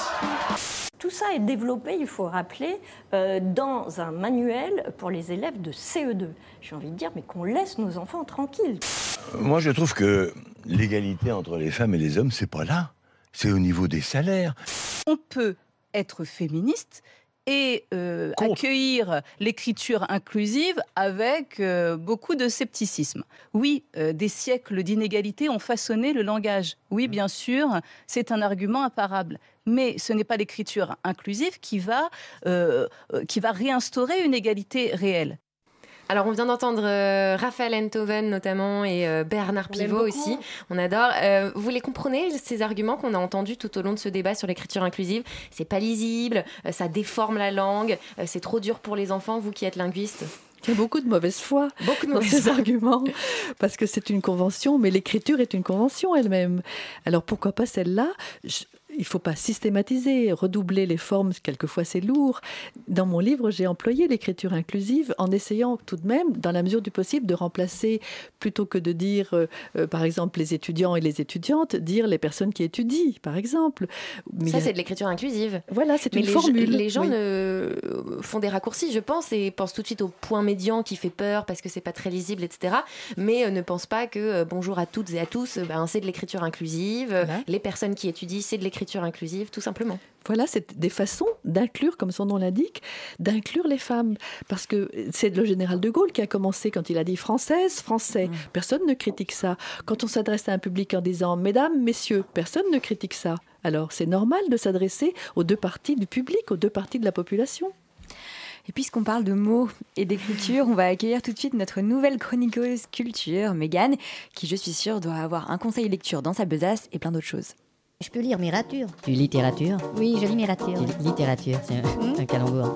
this? Tout ça est développé, il faut rappeler, euh, dans un manuel pour les élèves de C E deux. J'ai envie de dire, mais qu'on laisse nos enfants tranquilles. Moi, je trouve que l'égalité entre les femmes et les hommes, c'est pas là. C'est au niveau des salaires. On peut être féministe et euh, accueillir l'écriture inclusive avec euh, beaucoup de scepticisme. Oui, euh, des siècles d'inégalité ont façonné le langage. Oui, bien sûr, c'est un argument imparable. Mais ce n'est pas l'écriture inclusive qui va, euh, qui va réinstaurer une égalité réelle. Alors, on vient d'entendre euh, Raphaël Enthoven notamment et euh, Bernard On Pivot aussi. On adore. Euh, vous les comprenez, ces arguments qu'on a entendus tout au long de ce débat sur l'écriture inclusive? C'est pas lisible, euh, ça déforme la langue, euh, c'est trop dur pour les enfants, vous qui êtes linguiste. Il y a beaucoup de mauvaise foi beaucoup de dans mauvaise ces arguments, parce que c'est une convention, mais l'écriture est une convention elle-même. Alors pourquoi pas celle-là? Je... Il ne faut pas systématiser, redoubler les formes, quelquefois c'est lourd. Dans mon livre, j'ai employé l'écriture inclusive en essayant tout de même, dans la mesure du possible, de remplacer, plutôt que de dire, euh, euh, par exemple, les étudiants et les étudiantes, dire les personnes qui étudient, par exemple. Mais ça, c'est de l'écriture inclusive. Voilà, c'est Mais une les formule. G- les gens oui. ne font des raccourcis, je pense, et pensent tout de suite au point médian qui fait peur parce que c'est pas très lisible, et cetera. Mais euh, ne pensent pas que euh, bonjour à toutes et à tous, euh, ben, c'est de l'écriture inclusive. Voilà. Les personnes qui étudient, c'est de l'écriture inclusive, tout simplement. Voilà, c'est des façons d'inclure, comme son nom l'indique, d'inclure les femmes. Parce que c'est le général de Gaulle qui a commencé quand il a dit française, français. Mmh. Personne ne critique ça. Quand on s'adresse à un public en disant mesdames, messieurs, personne ne critique ça. Alors c'est normal de s'adresser aux deux parties du public, aux deux parties de la population. Et puisqu'on parle de mots et d'écriture, on va accueillir tout de suite notre nouvelle chroniqueuse culture, Mégane, qui, je suis sûre, doit avoir un conseil lecture dans sa besace et plein d'autres choses. Je peux lire littérature. Tu lis littérature? Oui, je lis littérature. Tu littérature, c'est un, mmh. un calembour.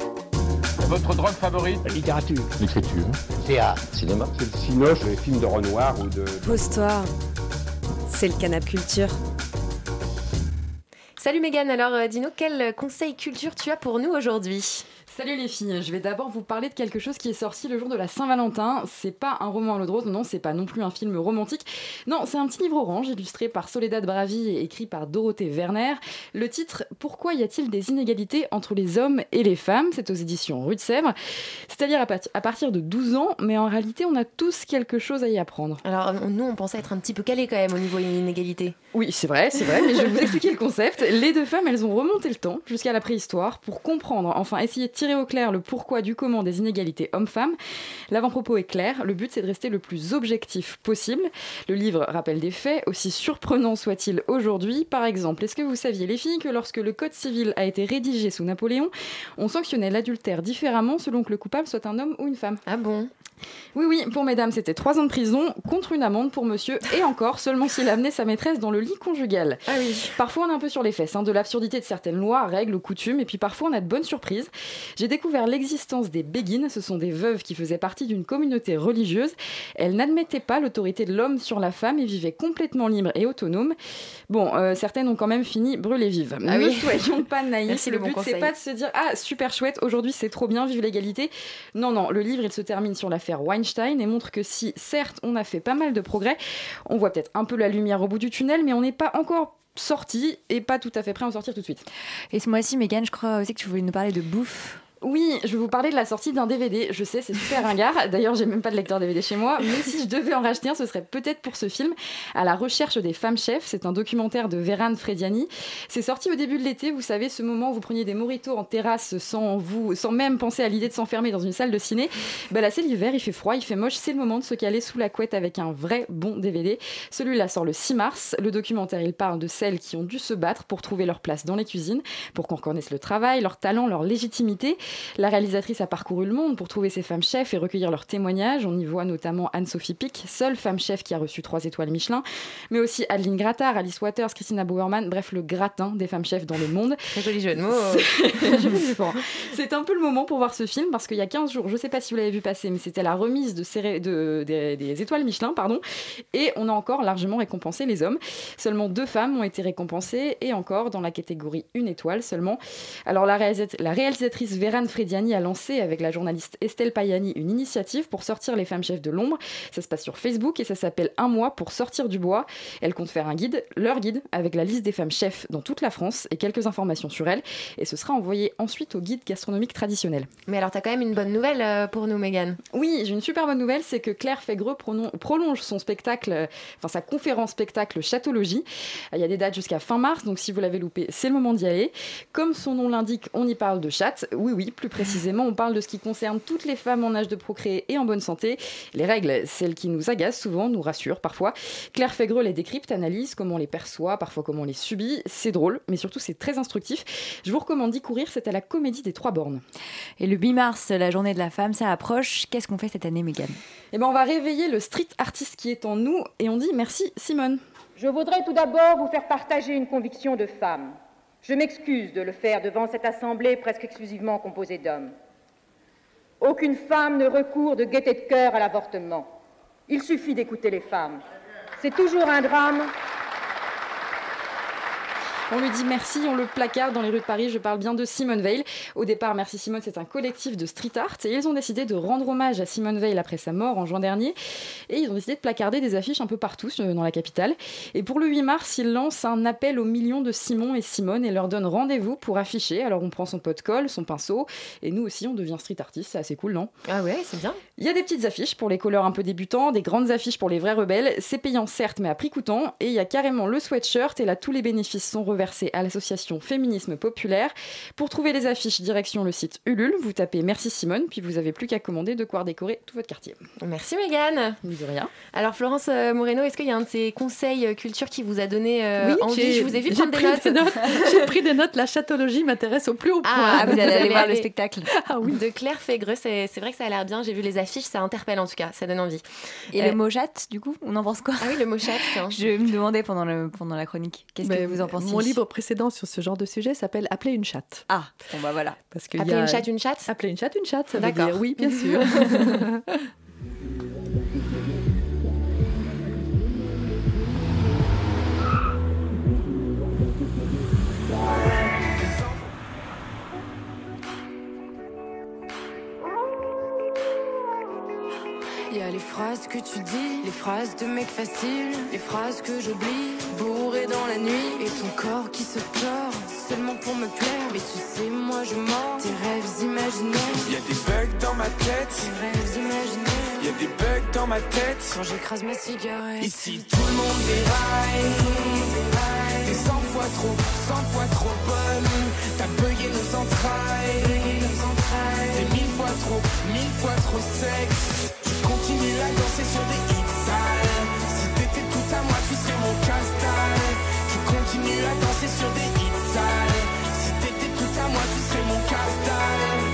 Votre drogue favorite? La littérature. L'écriture. Théâtre. Cinéma. C'est le cinoche, les films de Renoir ou de... Pose-toi. C'est le canap' culture. Salut Mégane, alors euh, dis-nous quel conseil culture tu as pour nous aujourd'hui? Salut les filles, je vais d'abord vous parler de quelque chose qui est sorti le jour de la Saint-Valentin. C'est pas un roman à l'eau de rose, non, c'est pas non plus un film romantique. Non, c'est un petit livre orange illustré par Soledad Bravi et écrit par Dorothée Werner. Le titre « Pourquoi y a-t-il des inégalités entre les hommes et les femmes ?» C'est aux éditions Rue de Sèvres. C'est-à-dire à, part- à partir de douze ans, mais en réalité, on a tous quelque chose à y apprendre. Alors nous, on pensait être un petit peu calés quand même au niveau inégalité. Oui, c'est vrai, c'est vrai, mais je vais vous expliquer le concept. Les deux femmes, elles ont remonté le temps jusqu'à la préhistoire pour comprendre, enfin essayer de tirer au clair le pourquoi du comment des inégalités hommes-femmes. L'avant-propos est clair, le but c'est de rester le plus objectif possible. Le livre rappelle des faits, aussi surprenants soient-ils aujourd'hui. Par exemple, est-ce que vous saviez les filles que lorsque le code civil a été rédigé sous Napoléon, on sanctionnait l'adultère différemment selon que le coupable soit un homme ou une femme? Ah bon? Oui, oui, pour mesdames, c'était trois ans de prison contre une amende pour monsieur, et encore seulement s'il amenait sa maîtresse dans le lit conjugal. Ah oui. Parfois, on est un peu sur les fesses, hein, de l'absurdité de certaines lois, règles ou coutumes, et puis parfois, on a de bonnes surprises. J'ai découvert l'existence des béguines, ce sont des veuves qui faisaient partie d'une communauté religieuse. Elles n'admettaient pas l'autorité de l'homme sur la femme et vivaient complètement libres et autonomes. Bon, euh, certaines ont quand même fini brûlées vives. Ah ne oui. soyons pas naïfs, Merci, le le bon but, conseil. c'est pas de se dire « Ah, super chouette, aujourd'hui, c'est trop bien, vive l'égalité ». Non, non, le livre, il se termine sur l'affaire Weinstein et montre que si, certes, on a fait pas mal de progrès, on voit peut-être un peu la lumière au bout du tunnel, mais on n'est pas encore sorti et pas tout à fait prêt à en sortir tout de suite. Et ce mois-ci, Mégane, je crois aussi que tu voulais nous parler de bouffe. Oui, je vais vous parler de la sortie d'un D V D. Je sais, c'est super ringard. D'ailleurs, j'ai même pas de lecteur D V D chez moi. Mais si je devais en racheter un, ce serait peut-être pour ce film, À la recherche des femmes chefs. C'est un documentaire de Véran Frediani. C'est sorti au début de l'été. Vous savez, ce moment où vous preniez des mojitos en terrasse sans, vous, sans même penser à l'idée de s'enfermer dans une salle de ciné. Bah là, c'est l'hiver, il fait froid, il fait moche. C'est le moment de se caler sous la couette avec un vrai bon D V D. Celui-là sort le six mars. Le documentaire, il parle de celles qui ont dû se battre pour trouver leur place dans les cuisines, pour qu'on reconnaisse le travail, leur talent, leur légitimité. La réalisatrice a parcouru le monde pour trouver ces femmes chefs et recueillir leurs témoignages. On y voit notamment Anne-Sophie Pic, seule femme chef qui a reçu trois étoiles Michelin, mais aussi Adeline Grattard, Alice Waters, Christina Bauermann, bref, le gratin des femmes chefs dans le monde. Très joli jeu de mots. C'est un peu le moment pour voir ce film parce qu'il y a quinze jours, je ne sais pas si vous l'avez vu passer, mais c'était la remise de, céré- de, de, des étoiles Michelin, pardon, et on a encore largement récompensé les hommes. Seulement deux femmes ont été récompensées et encore dans la catégorie une étoile seulement. Alors la, réalisa- la réalisatrice Vérane Frediani a lancé avec la journaliste Estelle Payani une initiative pour sortir les femmes chefs de l'ombre. Ça se passe sur Facebook et ça s'appelle Un mois pour sortir du bois. Elle compte faire un guide, leur guide, avec la liste des femmes chefs dans toute la France et quelques informations sur elles. Et ce sera envoyé ensuite au guide gastronomique traditionnel. Mais alors, t'as quand même une bonne nouvelle euh, pour nous, Mégane. Oui, j'ai une super bonne nouvelle, c'est que Claire Fégreux pronon- prolonge son spectacle, euh, enfin sa conférence spectacle Chatologie. Il y a des dates jusqu'à fin mars, donc si vous l'avez loupé, c'est le moment d'y aller. Comme son nom l'indique, on y parle de chatte. Oui, oui, plus précisément, on parle de ce qui concerne toutes les femmes en âge de procréer et en bonne santé. Les règles, celles qui nous agacent souvent, nous rassurent parfois. Claire Fégreux les décrypte, analyse comment on les perçoit, parfois comment on les subit. C'est drôle, mais surtout c'est très instructif. Je vous recommande d'y courir, c'est à la Comédie des Trois Bornes. Et le huit mars, la journée de la femme, ça approche. Qu'est-ce qu'on fait cette année, Mégane ? Eh ben, on va réveiller le street artiste qui est en nous et on dit merci Simone. Je voudrais tout d'abord vous faire partager une conviction de femme. Je m'excuse de le faire devant cette assemblée presque exclusivement composée d'hommes. Aucune femme ne recourt de gaieté de cœur à l'avortement. Il suffit d'écouter les femmes. C'est toujours un drame. On lui dit merci, on le placarde dans les rues de Paris. Je parle bien de Simone Veil. Au départ, Merci Simone, c'est un collectif de street art et ils ont décidé de rendre hommage à Simone Veil après sa mort en juin dernier. Et ils ont décidé de placarder des affiches un peu partout dans la capitale. Et pour le huit mars, ils lancent un appel aux millions de Simon et Simone et leur donnent rendez-vous pour afficher. Alors on prend son pot de colle, son pinceau et nous aussi on devient street artiste. C'est assez cool, non ? Ah ouais, c'est bien. Il y a des petites affiches pour les colleurs un peu débutants, des grandes affiches pour les vrais rebelles. C'est payant certes, mais à prix coûtant. Et il y a carrément le sweatshirt et là tous les bénéfices sont reversés à l'association Féminisme Populaire. Pour trouver les affiches, direction le site Ulule, vous tapez Merci Simone, puis vous avez plus qu'à commander de quoi décorer tout votre quartier. Merci Mégane. De rien. Alors Florence euh, Moreno, est-ce qu'il y a un de ces conseils euh, culture qui vous a donné euh, oui, envie ? Je vous ai vu j'ai prendre des notes. Des notes. J'ai pris des notes, la chatologie m'intéresse au plus haut point. Ah, vous allez aller voir le spectacle. Ah, oui. De Claire Fégreux, c'est, c'est vrai que ça a l'air bien, j'ai vu les affiches, ça interpelle en tout cas, ça donne envie. Et euh, le mot chatte, du coup, on en pense quoi ? Ah oui, le mot chatte. Hein. Je me demandais pendant, le, pendant la chronique, qu'est-ce Mais que vous en pensez ? Mon livre précédent sur ce genre de sujet s'appelle Appeler une chatte. Ah, bon bah voilà. Parce que Appeler y a... une chatte une chatte ? Appeler une chatte une chatte, ça D'accord. veut dire oui, bien sûr. Y a les phrases que tu dis, les phrases de mec facile, les phrases que j'oublie, bourré dans la nuit, et ton corps qui se tord, seulement pour me plaire. Mais tu sais, moi je mords tes rêves imaginaires. Y a des bugs dans ma tête, tes rêves imaginaires. Y a des bugs dans ma tête, quand j'écrase ma cigarette. Ici tout le monde déraille, déraille. T'es cent fois trop, cent fois trop bonne. T'as bugué nos entrailles, nos entrailles. T'es mille fois trop, mille fois trop sexe. Continue à danser sur des hits sales. Si t'étais tout à moi, tu serais mon casse-dalle. Je continue à danser sur des hits sales. Si t'étais tout à moi, tu serais mon casse-dalle.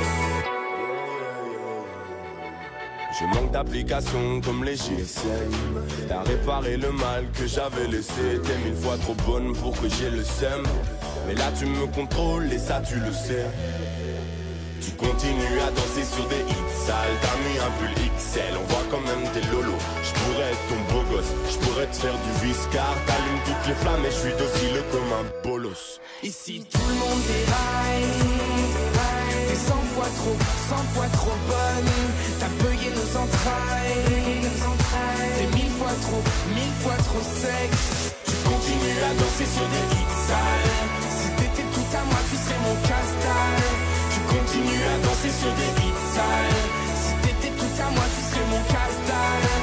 Je manque d'application comme les G S M. T'as réparé le mal que j'avais laissé. T'es mille fois trop bonne pour que j'ai le seum. Mais là tu me contrôles et ça tu le sais. Tu continues à danser sur des hits sales. T'as mis un pull X L, on voit quand même tes lolos. J'pourrais être ton beau gosse, j'pourrais te faire du viscard. T'allumes toutes les flammes et j'suis docile comme un bolos. Ici tout le monde déraille, déraille. T'es cent fois trop, cent fois trop bonne. T'as bugué nos entrailles, nos entrailles. T'es mille fois trop, mille fois trop sexe. Tu continues à danser sur des hits sales. Si t'étais tout à moi, tu serais mon casse-dalle. Continue à danser sur des hits sales. Si t'étais tout à moi, tu serais mon casse-dalle.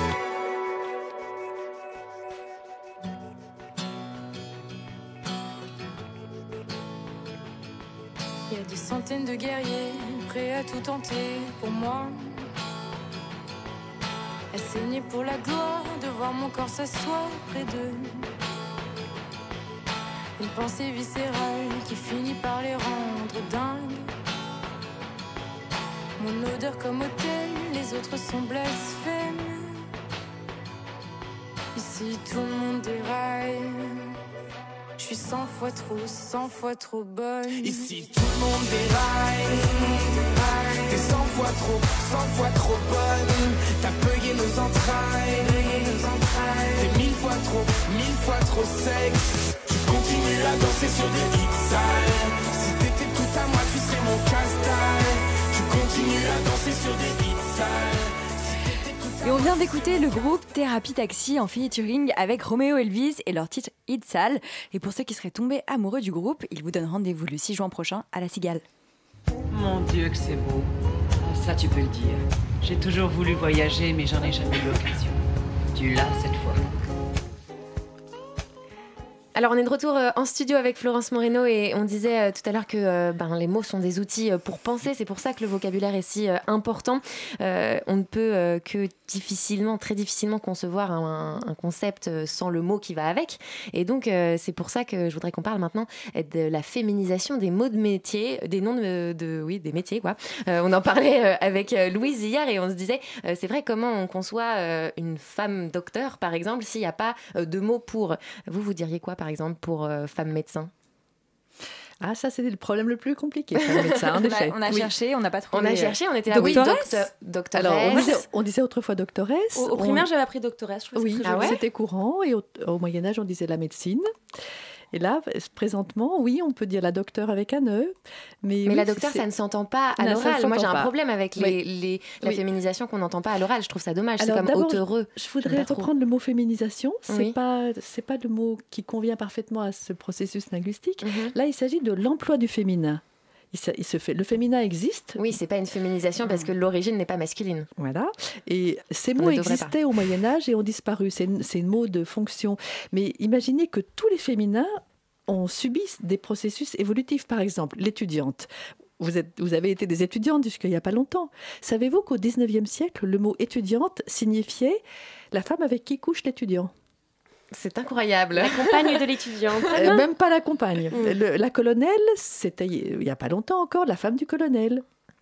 Y a des centaines de guerriers prêts à tout tenter pour moi. À saigner pour la gloire, de voir mon corps s'asseoir près d'eux. Une pensée viscérale qui finit par les rendre dingues. l'odeur comme hôtel, les autres sont blasphèmes. Ici tout le monde déraille. Je suis cent fois trop, cent fois trop bonne. Ici tout le monde déraille. T'es cent fois trop, cent fois trop bonne. T'as payé nos entrailles. T'es mille fois trop, mille fois trop sexe. Tu continues à danser sur des hits sales. Si t'étais tout à moi, tu serais mon casse-dalle. Tu continues à danser sur des hits sales. Et on vient d'écouter le groupe Thérapie Taxi en featuring avec Roméo Elvis et leur titre Hit Sale. Et pour ceux qui seraient tombés amoureux du groupe, ils vous donnent rendez-vous le six juin prochain à La Cigale. Mon Dieu que c'est beau. Ça tu peux le dire. J'ai toujours voulu voyager mais j'en ai jamais eu l'occasion. Tu l'as cette fois. Alors on est de retour en studio avec Florence Moreno et on disait tout à l'heure que euh, ben, les mots sont des outils pour penser, c'est pour ça que le vocabulaire est si euh, important. Euh, on ne peut euh, que difficilement, très difficilement concevoir un, un concept sans le mot qui va avec. Et donc euh, c'est pour ça que je voudrais qu'on parle maintenant de la féminisation des mots de métier, des noms de, de oui, des métiers quoi. Euh, on en parlait avec Louise hier et on se disait euh, c'est vrai comment on conçoit euh, une femme docteur par exemple s'il n'y a pas euh, de mots pour. Vous vous diriez quoi par exemple pour euh, femme médecin? Ah, ça, c'est le problème le plus compliqué, femme médecin, en on, effet. a, on a oui. cherché, on n'a pas trouvé. On a cherché, on était là, doctoresse. Oui, docte- doctoresse. Alors, on disait, on disait autrefois doctoresse. Au, au primaire, on... j'avais appris doctoresse. Je oui, ah ouais c'était courant. Et au, au Moyen-Âge, on disait la médecine. Et là, présentement, oui, on peut dire la docteure avec un E. Mais, mais oui, la docteure, ça ne s'entend pas à non, l'oral. Moi, j'ai un pas. problème avec les, oui. les, la oui. féminisation qu'on n'entend pas à l'oral. Je trouve ça dommage. Alors, c'est comme auteureux. Je voudrais reprendre le mot féminisation. Ce n'est oui. pas, c'est pas le mot qui convient parfaitement à ce processus linguistique. Mm-hmm. Là, il s'agit de l'emploi du féminin. Il se, il se fait, le féminin existe. Oui, c'est pas une féminisation parce que l'origine n'est pas masculine. Voilà. Et ces mots existaient pas. Au Moyen-Âge et ont disparu. C'est, c'est un mot de fonction. Mais imaginez que tous les féminins ont subi des processus évolutifs. Par exemple, l'étudiante. Vous, êtes, vous avez été des étudiantes jusqu'il n'y a pas longtemps. Savez-vous qu'au dix-neuvième siècle, le mot étudiante signifiait la femme avec qui couche l'étudiant? C'est incroyable. La compagne de l'étudiante. Euh, même pas la compagne. Mmh. Le, la colonelle, c'était il n'y a pas longtemps encore la femme du colonel.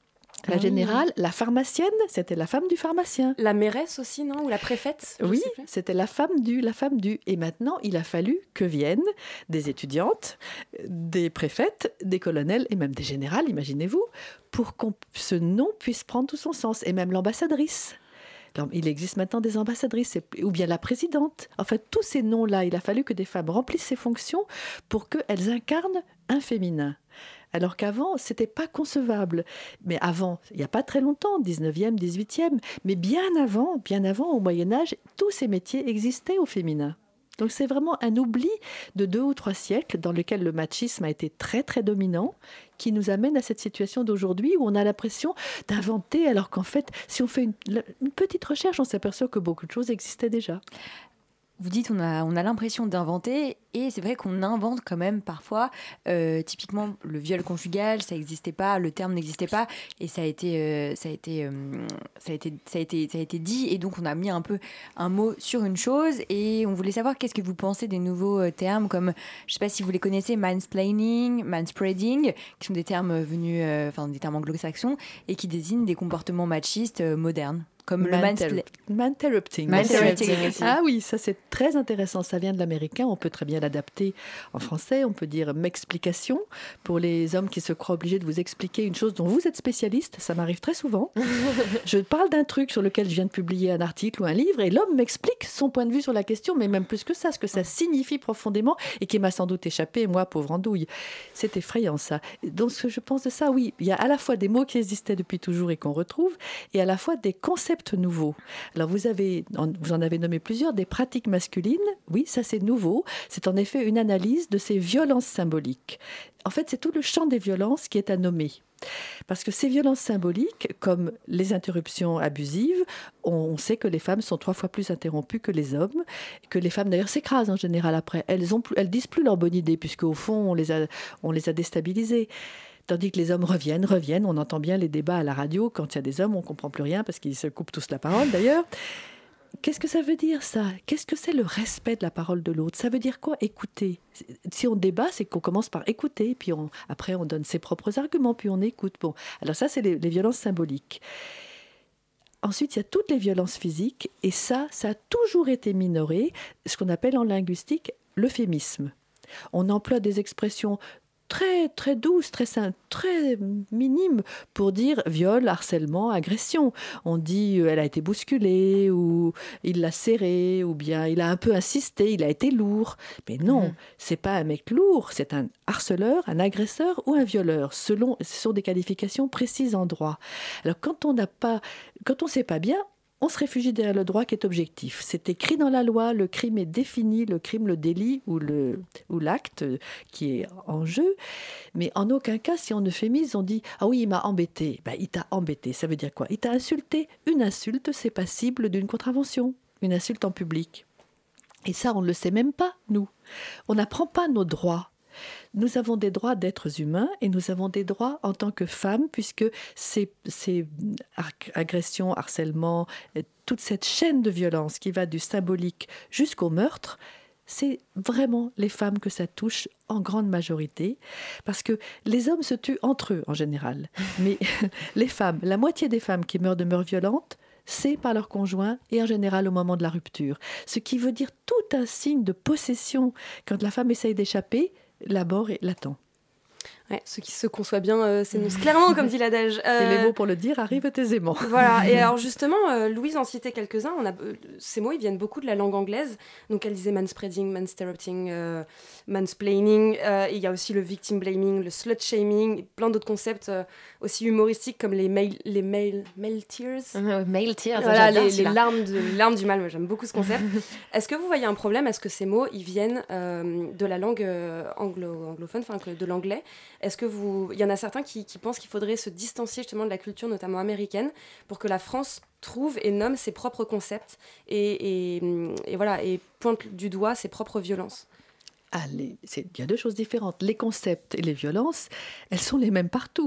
La générale, la pharmacienne, c'était la femme du pharmacien. La mairesse aussi, non? Ou la préfète? Oui, c'était la femme du, la femme du. Et maintenant, il a fallu que viennent des étudiantes, des préfètes, des colonels et même des générales, imaginez-vous, pour que ce nom puisse prendre tout son sens. Et même l'ambassadrice. Il existe maintenant des ambassadrices, ou bien la présidente. En fait, tous ces noms-là, il a fallu que des femmes remplissent ces fonctions pour qu'elles incarnent un féminin. Alors qu'avant, ce n'était pas concevable. Mais avant, il n'y a pas très longtemps, dix-neuvième, dix-huitième, mais bien avant, bien avant, au Moyen-Âge, tous ces métiers existaient au féminin. Donc c'est vraiment un oubli de deux ou trois siècles dans lequel le machisme a été très très dominant, qui nous amène à cette situation d'aujourd'hui où on a l'impression d'inventer, alors qu'en fait, si on fait une, une petite recherche, on s'aperçoit que beaucoup de choses existaient déjà. Vous dites on a, on a l'impression d'inventer, et c'est vrai qu'on invente quand même parfois. Euh, typiquement, le viol conjugal, ça n'existait pas, le terme n'existait pas, et ça a été, euh, ça a été, euh, ça a été, ça a été, ça a été dit, et donc on a mis un peu un mot sur une chose, et on voulait savoir qu'est-ce que vous pensez des nouveaux termes comme, je ne sais pas si vous les connaissez, mansplaining, manspreading, qui sont des termes venus, euh, enfin des termes anglo-saxons, et qui désignent des comportements machistes euh, modernes. Comme le manterrupting. Manterrupting. Ah oui, ça c'est très intéressant. Ça vient de l'américain. On peut très bien l'adapter en français. On peut dire m'explication pour les hommes qui se croient obligés de vous expliquer une chose dont vous êtes spécialiste. Ça m'arrive très souvent. Je parle d'un truc sur lequel je viens de publier un article ou un livre et l'homme m'explique son point de vue sur la question, mais même plus que ça, ce que ça signifie profondément et qui m'a sans doute échappé, moi, pauvre andouille. C'est effrayant ça. Donc ce que je pense de ça, oui, il y a à la fois des mots qui existaient depuis toujours et qu'on retrouve, et à la fois des concepts nouveaux. Alors vous avez, vous en avez nommé plusieurs, des pratiques masculines. Oui, ça c'est nouveau. C'est en effet une analyse de ces violences symboliques. En fait, c'est tout le champ des violences qui est à nommer. Parce que ces violences symboliques, comme les interruptions abusives, on sait que les femmes sont trois fois plus interrompues que les hommes, que les femmes d'ailleurs s'écrasent en général après. Elles ont plus, elles disent plus leur bonne idée, puisque au fond on les a, on les a déstabilisées. Tandis que les hommes reviennent, reviennent. On entend bien les débats à la radio. Quand il y a des hommes, on ne comprend plus rien parce qu'ils se coupent tous la parole d'ailleurs. qu'est-ce que ça veut dire ça ? Qu'est-ce que c'est le respect de la parole de l'autre ? Ça veut dire quoi, écouter ? Si on débat, c'est qu'on commence par écouter, puis on, après on donne ses propres arguments, puis on écoute. Bon, alors ça, c'est les, les violences symboliques. Ensuite, il y a toutes les violences physiques, et ça, ça a toujours été minoré, ce qu'on appelle en linguistique l'euphémisme. On emploie des expressions très, très douces, très, très minimes pour dire viol, harcèlement, agression. On dit euh, elle a été bousculée, ou il l'a serrée, ou bien il a un peu insisté, il a été lourd. Mais non, mmh. c'est pas un mec lourd, c'est un harceleur, un agresseur ou un violeur. Selon, ce sont des qualifications précises en droit. Alors quand on n'a pas, quand on sait pas bien, on se réfugie derrière le droit qui est objectif. C'est écrit dans la loi, le crime est défini, le crime, le délit ou, le, ou l'acte qui est en jeu. Mais en aucun cas, si on euphémise, on dit « Ah oui, il m'a embêté ». Ben, il t'a embêté, ça veut dire quoi ? Il t'a insulté. Une insulte, c'est passible d'une contravention, une insulte en public. Et ça, on ne le sait même pas, nous. On n'apprend pas nos droits. Nous avons des droits d'êtres humains et nous avons des droits en tant que femmes, puisque ces, ces agressions, harcèlements, toute cette chaîne de violence qui va du symbolique jusqu'au meurtre, c'est vraiment les femmes que ça touche en grande majorité, parce que les hommes se tuent entre eux en général. Mais les femmes, la moitié des femmes qui meurent de mort violente, c'est par leur conjoint et en général au moment de la rupture. Ce qui veut dire tout un signe de possession. Quand la femme essaye d'échapper, la mort l'attend. Ouais, ce qui se conçoit bien euh, s'énonce clairement, comme dit l'adage. Euh... Et les mots pour le dire arrivent aisément. Voilà, et alors justement, euh, Louise en citait quelques-uns. On a, euh, ces mots, ils viennent beaucoup de la langue anglaise. Donc elle disait manspreading, mansterrupting, euh, mansplaining. Euh, il y a aussi le victim blaming, le slut shaming, plein d'autres concepts euh, aussi humoristiques comme les male, les male, male tears. Euh, male tears, voilà, les, les larmes, de, les larmes du mal. Moi, j'aime beaucoup ce concept. Est-ce que vous voyez un problème ? Est-ce que ces mots, ils viennent euh, de la langue euh, anglo- anglophone, enfin de l'anglais ? Est-ce que vous... Il y en a certains qui, qui pensent qu'il faudrait se distancier justement de la culture, notamment américaine, pour que la France trouve et nomme ses propres concepts et, et, et, voilà, et pointe du doigt ses propres violences. Ah, les... c'est... Il y a deux choses différentes. Les concepts et les violences, elles sont les mêmes partout.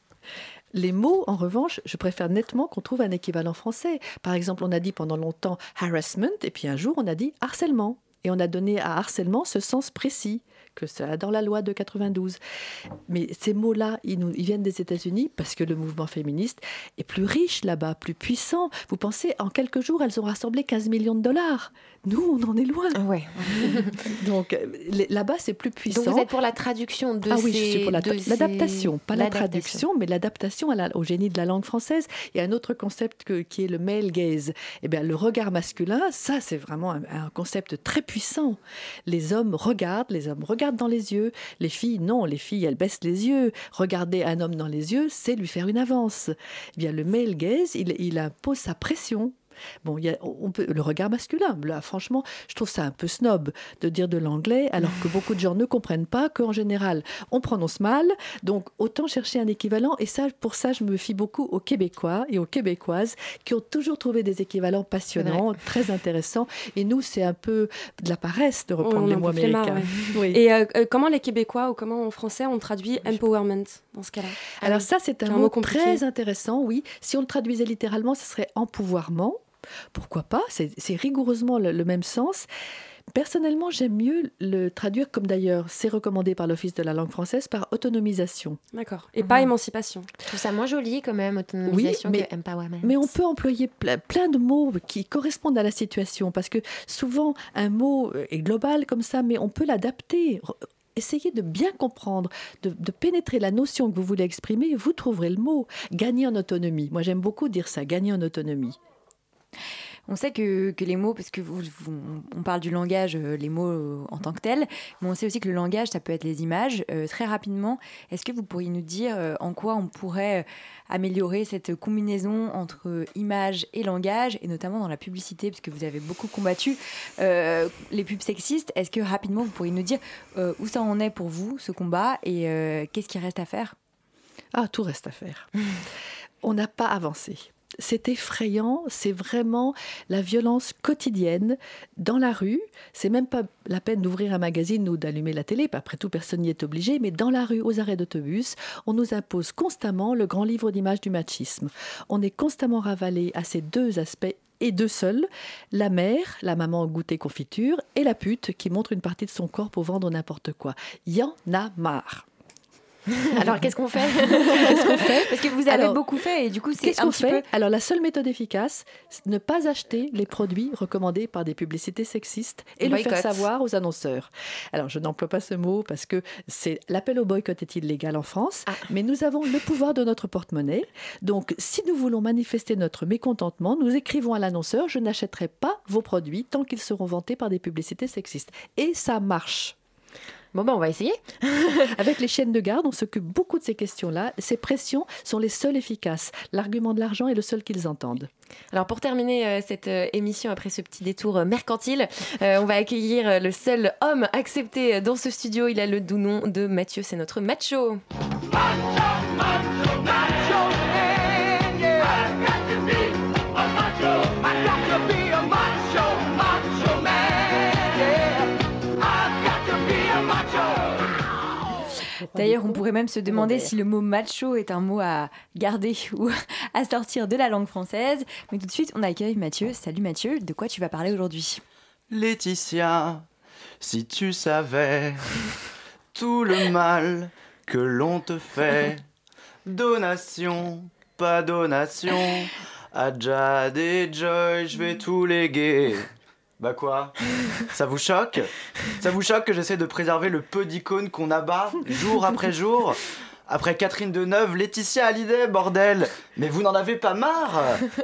Les mots, en revanche, je préfère nettement qu'on trouve un équivalent français. Par exemple, on a dit pendant longtemps harassment, et puis un jour, on a dit harcèlement. Et on a donné à harcèlement ce sens précis que ça a dans la loi de quatre-vingt-douze. Mais ces mots-là, ils, nous, ils viennent des États-Unis parce que le mouvement féministe est plus riche là-bas, plus puissant. Vous pensez, en quelques jours, elles ont rassemblé quinze millions de dollars. Nous, on en est loin. Ouais. Donc les, là-bas, c'est plus puissant. Donc vous êtes pour la traduction de ah ces... oui, je suis pour la, l'adaptation, ces... pas la traduction, mais l'adaptation à la, au génie de la langue française. Il y a un autre concept que, qui est le male gaze. Eh bien, le regard masculin, ça, c'est vraiment un, un concept très puissant. Les hommes regardent, les hommes regardent dans les yeux. Les filles, non, les filles, elles baissent les yeux. Regarder un homme dans les yeux, c'est lui faire une avance. Eh bien, le male gaze, il, il impose sa pression. Bon, il y a, on peut, le regard masculin, là, franchement, je trouve ça un peu snob de dire de l'anglais, alors que beaucoup de gens ne comprennent pas qu'en général, on prononce mal, donc autant chercher un équivalent, et ça, pour ça, je me fie beaucoup aux Québécois et aux Québécoises, qui ont toujours trouvé des équivalents passionnants, très intéressants, et nous, c'est un peu de la paresse de reprendre on les mots américains. Marre, ouais. Oui. Et euh, comment les Québécois, ou comment en français, on traduit empowerment dans ce cas-là ? Alors ça, c'est un, un mot, mot très intéressant, oui. Si on le traduisait littéralement, ce serait empouvoirment. Pourquoi pas ? C'est, c'est rigoureusement le, le même sens. Personnellement, j'aime mieux le traduire, comme d'ailleurs c'est recommandé par l'Office de la langue française, par autonomisation. D'accord. Et mmh. pas émancipation. Je trouve ça moins joli quand même, autonomisation, oui, mais, que empowerment. Mais on peut employer plein, plein de mots qui correspondent à la situation, parce que souvent un mot est global comme ça, mais on peut l'adapter. Essayez de bien comprendre, de, de pénétrer la notion que vous voulez exprimer, vous trouverez le mot. Gagner en autonomie. Moi, j'aime beaucoup dire ça, gagner en autonomie. On sait que, que les mots, parce que vous, vous, on parle du langage, les mots euh, en tant que tels, mais on sait aussi que le langage, ça peut être les images. Euh, très rapidement, est-ce que vous pourriez nous dire euh, en quoi on pourrait améliorer cette combinaison entre image et langage, et notamment dans la publicité, puisque vous avez beaucoup combattu euh, les pubs sexistes. Est-ce que rapidement, vous pourriez nous dire euh, où ça en est pour vous, ce combat, et euh, qu'est-ce qui reste à faire ? Ah, tout reste à faire. On n'a pas avancé. C'est effrayant, c'est vraiment la violence quotidienne dans la rue. C'est même pas la peine d'ouvrir un magazine ou d'allumer la télé, après tout personne n'y est obligé, mais dans la rue, aux arrêts d'autobus, on nous impose constamment le grand livre d'images du machisme. On est constamment ravalé à ces deux aspects et deux seuls, la mère, la maman goûter confiture, et la pute qui montre une partie de son corps pour vendre n'importe quoi. Il y en a marre. Alors, qu'est-ce qu'on fait Qu'est-ce qu'on fait Parce que vous avez Alors, beaucoup fait et du coup, c'est Qu'est-ce un qu'on petit fait peu... Alors, la seule méthode efficace, c'est de ne pas acheter les produits recommandés par des publicités sexistes et Boycott. le faire savoir aux annonceurs. Alors, je n'emploie pas ce mot parce que c'est l'appel au boycott est illégal en France, ah. mais nous avons le pouvoir de notre porte-monnaie. Donc, si nous voulons manifester notre mécontentement, nous écrivons à l'annonceur « Je n'achèterai pas vos produits tant qu'ils seront vantés par des publicités sexistes ». Et ça marche. Bon, ben, on va essayer. Avec les chaînes de garde, on s'occupe beaucoup de ces questions-là. Ces pressions sont les seules efficaces. L'argument de l'argent est le seul qu'ils entendent. Alors, pour terminer euh, cette euh, émission, après ce petit détour euh, mercantile, euh, on va accueillir euh, le seul homme accepté dans ce studio. Il a le doux nom de Mathieu. C'est notre macho. D'ailleurs, on pourrait même se demander si le mot macho est un mot à garder ou à sortir de la langue française. Mais tout de suite, on accueille Mathieu. Salut Mathieu, de quoi tu vas parler aujourd'hui ? Laetitia, si tu savais tout le mal que l'on te fait, donation, pas donation, à Jad et Joy, je vais tout léguer. Bah quoi ? Ça vous choque ? Ça vous choque que j'essaie de préserver le peu d'icônes qu'on abat jour après jour ? Après Catherine Deneuve, Laetitia Hallyday, bordel ! Mais vous n'en avez pas marre ?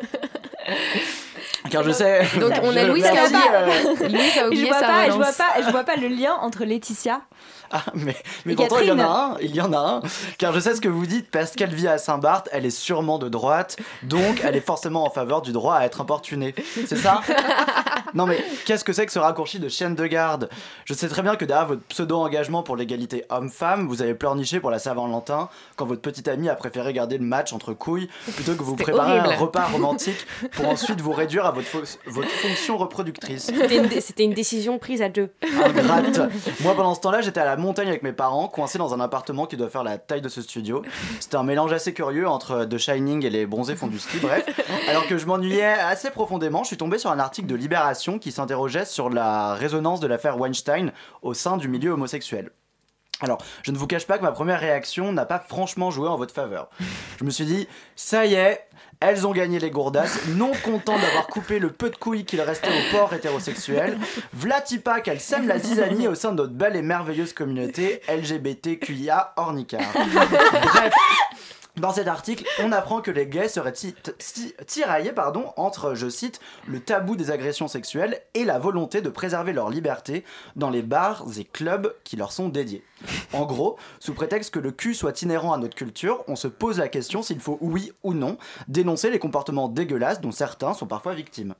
Car je sais... Donc on a Louise qui a oublié, Louise a oublié je vois sa pas, relance. je vois pas, je vois pas le lien entre Laetitia... Ah, mais, mais pourtant il y en a un, il y en a un, car je sais ce que vous dites, parce qu'elle vit à Saint-Barth, elle est sûrement de droite, donc elle est forcément en faveur du droit à être importunée. C'est ça ? Non mais qu'est-ce que c'est que ce raccourci de chaîne de garde ? Je sais très bien que derrière votre pseudo-engagement pour l'égalité homme-femme, vous avez pleurniché pour la Saint-Valentin, quand votre petite amie a préféré garder le match entre couilles, plutôt que vous C'était préparer horrible. un repas romantique pour ensuite vous réduire à votre, fo- votre fonction reproductrice. C'était une, dé- c'était une décision prise à deux. Ingrate. Moi pendant ce temps-là j'étais à la montagne avec mes parents, coincés dans un appartement qui doit faire la taille de ce studio. C'était un mélange assez curieux entre The Shining et les bronzés font du ski, bref. Alors que je m'ennuyais assez profondément, je suis tombé sur un article de Libération qui s'interrogeait sur la résonance de l'affaire Weinstein au sein du milieu homosexuel. Alors, je ne vous cache pas que ma première réaction n'a pas franchement joué en votre faveur. Je me suis dit, ça y est, elles ont gagné les gourdasses, non contentes d'avoir coupé le peu de couilles qu'il restait au porc hétérosexuel. Vlatipa qu'elles sèment la zizanie au sein de notre belle et merveilleuse communauté L G B T Q I A ornicard. Bref. Dans cet article, on apprend que les gays seraient ti- ti- tiraillés pardon, entre, je cite, le tabou des agressions sexuelles et la volonté de préserver leur liberté dans les bars et clubs qui leur sont dédiés. En gros, sous prétexte que le cul soit inhérent à notre culture, on se pose la question s'il faut, oui ou non, dénoncer les comportements dégueulasses dont certains sont parfois victimes.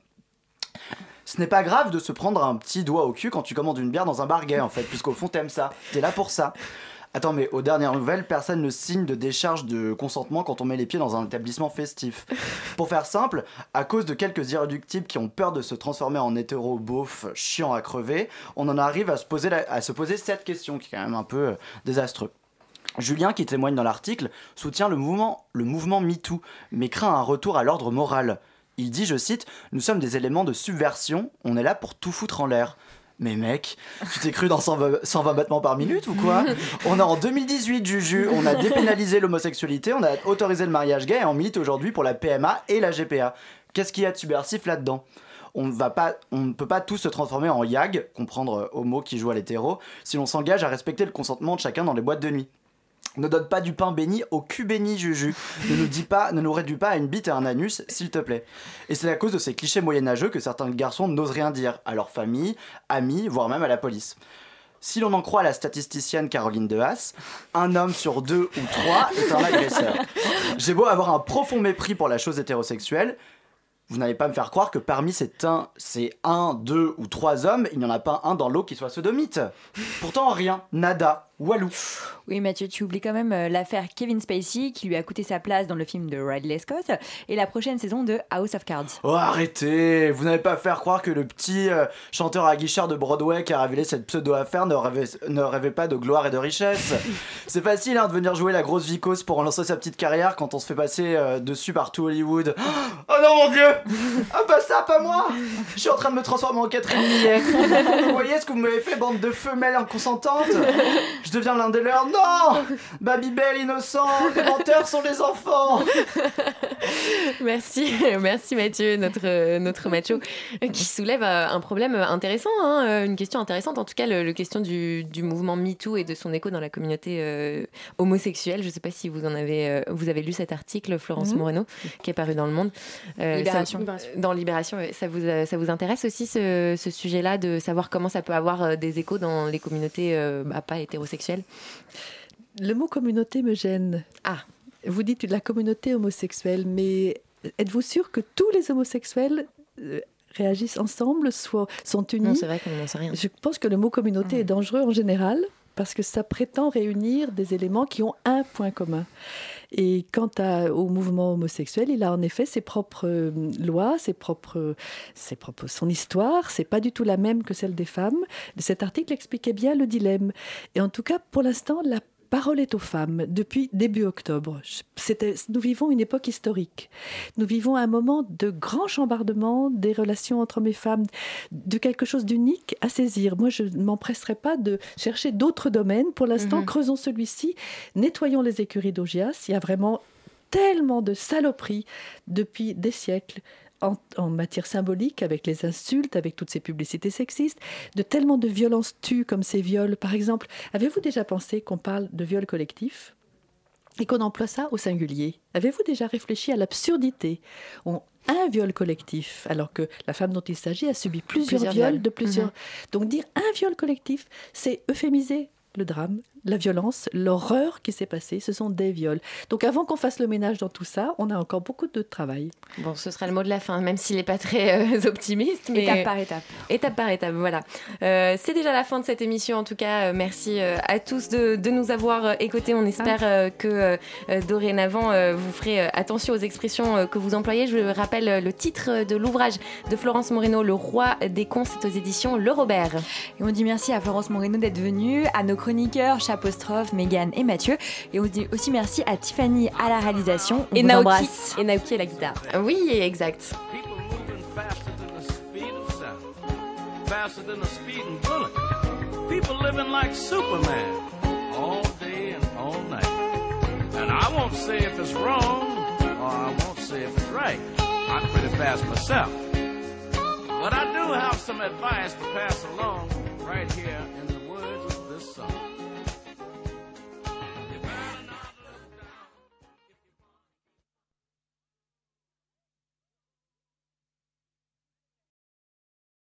Ce n'est pas grave de se prendre un petit doigt au cul quand tu commandes une bière dans un bar gay, en fait, puisqu'au fond t'aimes ça, t'es là pour ça. Attends, mais aux dernières nouvelles, personne ne signe de décharge de consentement quand on met les pieds dans un établissement festif. Pour faire simple, à cause de quelques irréductibles qui ont peur de se transformer en hétéro beauf chiant à crever, on en arrive à se poser, la, à se poser cette question qui est quand même un peu euh, désastreux. Julien, qui témoigne dans l'article, soutient le mouvement, le mouvement MeToo, mais craint un retour à l'ordre moral. Il dit, je cite, « Nous sommes des éléments de subversion, on est là pour tout foutre en l'air ». Mais mec, tu t'es cru dans cent vingt battements par minute ou quoi ? On est en deux mille dix-huit, Juju, on a dépénalisé l'homosexualité, on a autorisé le mariage gay et on milite aujourd'hui pour la P M A et la G P A. Qu'est-ce qu'il y a de subversif là-dedans ? On, va pas, on ne peut pas tous se transformer en yag, comprendre homo qui joue à l'hétéro, si l'on s'engage à respecter le consentement de chacun dans les boîtes de nuit. Ne donne pas du pain béni au cul béni, Juju. Ne nous dis pas, ne nous réduis pas à une bite et un anus, s'il te plaît. Et c'est à cause de ces clichés moyenâgeux que certains garçons n'osent rien dire à leur famille, amis, voire même à la police. Si l'on en croit la statisticienne Caroline Dehaas, un homme sur deux ou trois est un agresseur. J'ai beau avoir un profond mépris pour la chose hétérosexuelle, vous n'allez pas me faire croire que parmi ces un, ces un, deux ou trois hommes, il n'y en a pas un dans l'eau qui soit sodomite. Pourtant, rien, nada. Walou. Oui, Mathieu, tu oublies quand même euh, l'affaire Kevin Spacey qui lui a coûté sa place dans le film de Ridley Scott et la prochaine saison de House of Cards. Oh, arrêtez! Vous n'avez pas à faire croire que le petit euh, chanteur à guichard de Broadway qui a révélé cette pseudo-affaire ne rêvait, ne rêvait pas de gloire et de richesse. C'est facile hein, de venir jouer la grosse vicose pour relancer sa petite carrière quand on se fait passer euh, dessus par tout Hollywood. Oh non, mon Dieu! Ah bah ça, pas moi! Je suis en train de me transformer en Catherine Millet. Vous voyez ce que vous m'avez fait, bande de femelles inconsentantes? Je deviens l'un des leurs. Non! Babybel innocent, les menteurs sont les enfants. Merci, merci Mathieu, notre, notre macho, qui soulève un problème intéressant, hein, une question intéressante, en tout cas, le, le question du, du mouvement MeToo et de son écho dans la communauté euh, homosexuelle. Je ne sais pas si vous en avez, euh, vous avez lu cet article, Florence mmh. Moreno, qui est paru dans Le Monde. Euh, Libération. Ça, dans Libération, ça vous, ça vous intéresse aussi ce, ce sujet-là, de savoir comment ça peut avoir des échos dans les communautés euh, bah, pas hétérosexuelles? Le mot communauté me gêne. Ah, vous dites la communauté homosexuelle, mais êtes-vous sûr que tous les homosexuels euh, réagissent ensemble, soit, sont unis? Non, c'est vrai qu'on n'en sait rien. Je pense que le mot communauté mmh. est dangereux en général, parce que ça prétend réunir des éléments qui ont un point commun. Et quant à, au mouvement homosexuel, il a en effet ses propres euh, lois, ses propres, ses propres, son histoire. C'est pas du tout la même que celle des femmes. Cet article expliquait bien le dilemme. Et en tout cas, pour l'instant, la parole est aux femmes depuis début octobre. C'était, nous vivons une époque historique. Nous vivons un moment de grand chambardement des relations entre hommes et femmes, de quelque chose d'unique à saisir. Moi, je ne m'empresserai pas de chercher d'autres domaines. Pour l'instant, mmh. creusons celui-ci, nettoyons les écuries d'Augias. Il y a vraiment tellement de saloperies depuis des siècles. En, en matière symbolique, avec les insultes, avec toutes ces publicités sexistes, de tellement de violences tues comme ces viols. Par exemple, avez-vous déjà pensé qu'on parle de viol collectif et qu'on emploie ça au singulier? Avez-vous déjà réfléchi à l'absurdité? On, un viol collectif, alors que la femme dont il s'agit a subi plusieurs, plusieurs viols, viols de plusieurs... Mmh. Donc dire un viol collectif, c'est euphémiser le drame, la violence, l'horreur qui s'est passée, ce sont des viols. Donc avant qu'on fasse le ménage dans tout ça, on a encore beaucoup de travail. Bon, ce sera le mot de la fin, même s'il n'est pas très euh, optimiste. Mais... Étape par étape. Étape par étape, voilà. Euh, c'est déjà la fin de cette émission, en tout cas. Euh, merci euh, à tous de, de nous avoir euh, écoutés. On espère euh, que euh, dorénavant, euh, vous ferez euh, attention aux expressions euh, que vous employez. Je rappelle euh, le titre de l'ouvrage de Florence Moreno, Le Roi des cons, c'est aux éditions Le Robert. Et on dit merci à Florence Moreno d'être venue, à nos chroniqueurs, Apostrophe, Mégane et Mathieu. Et on dit aussi merci à Tiffany à la réalisation. On et, vous Naoki, embrasse. et Naoki à la guitare. Oui, exact. Faster than a speeding bullet. People living like Superman all day and all night. And I won't say if it's wrong or I won't say if it's right. I'm pretty fast myself. But I do have some advice to pass along right here in the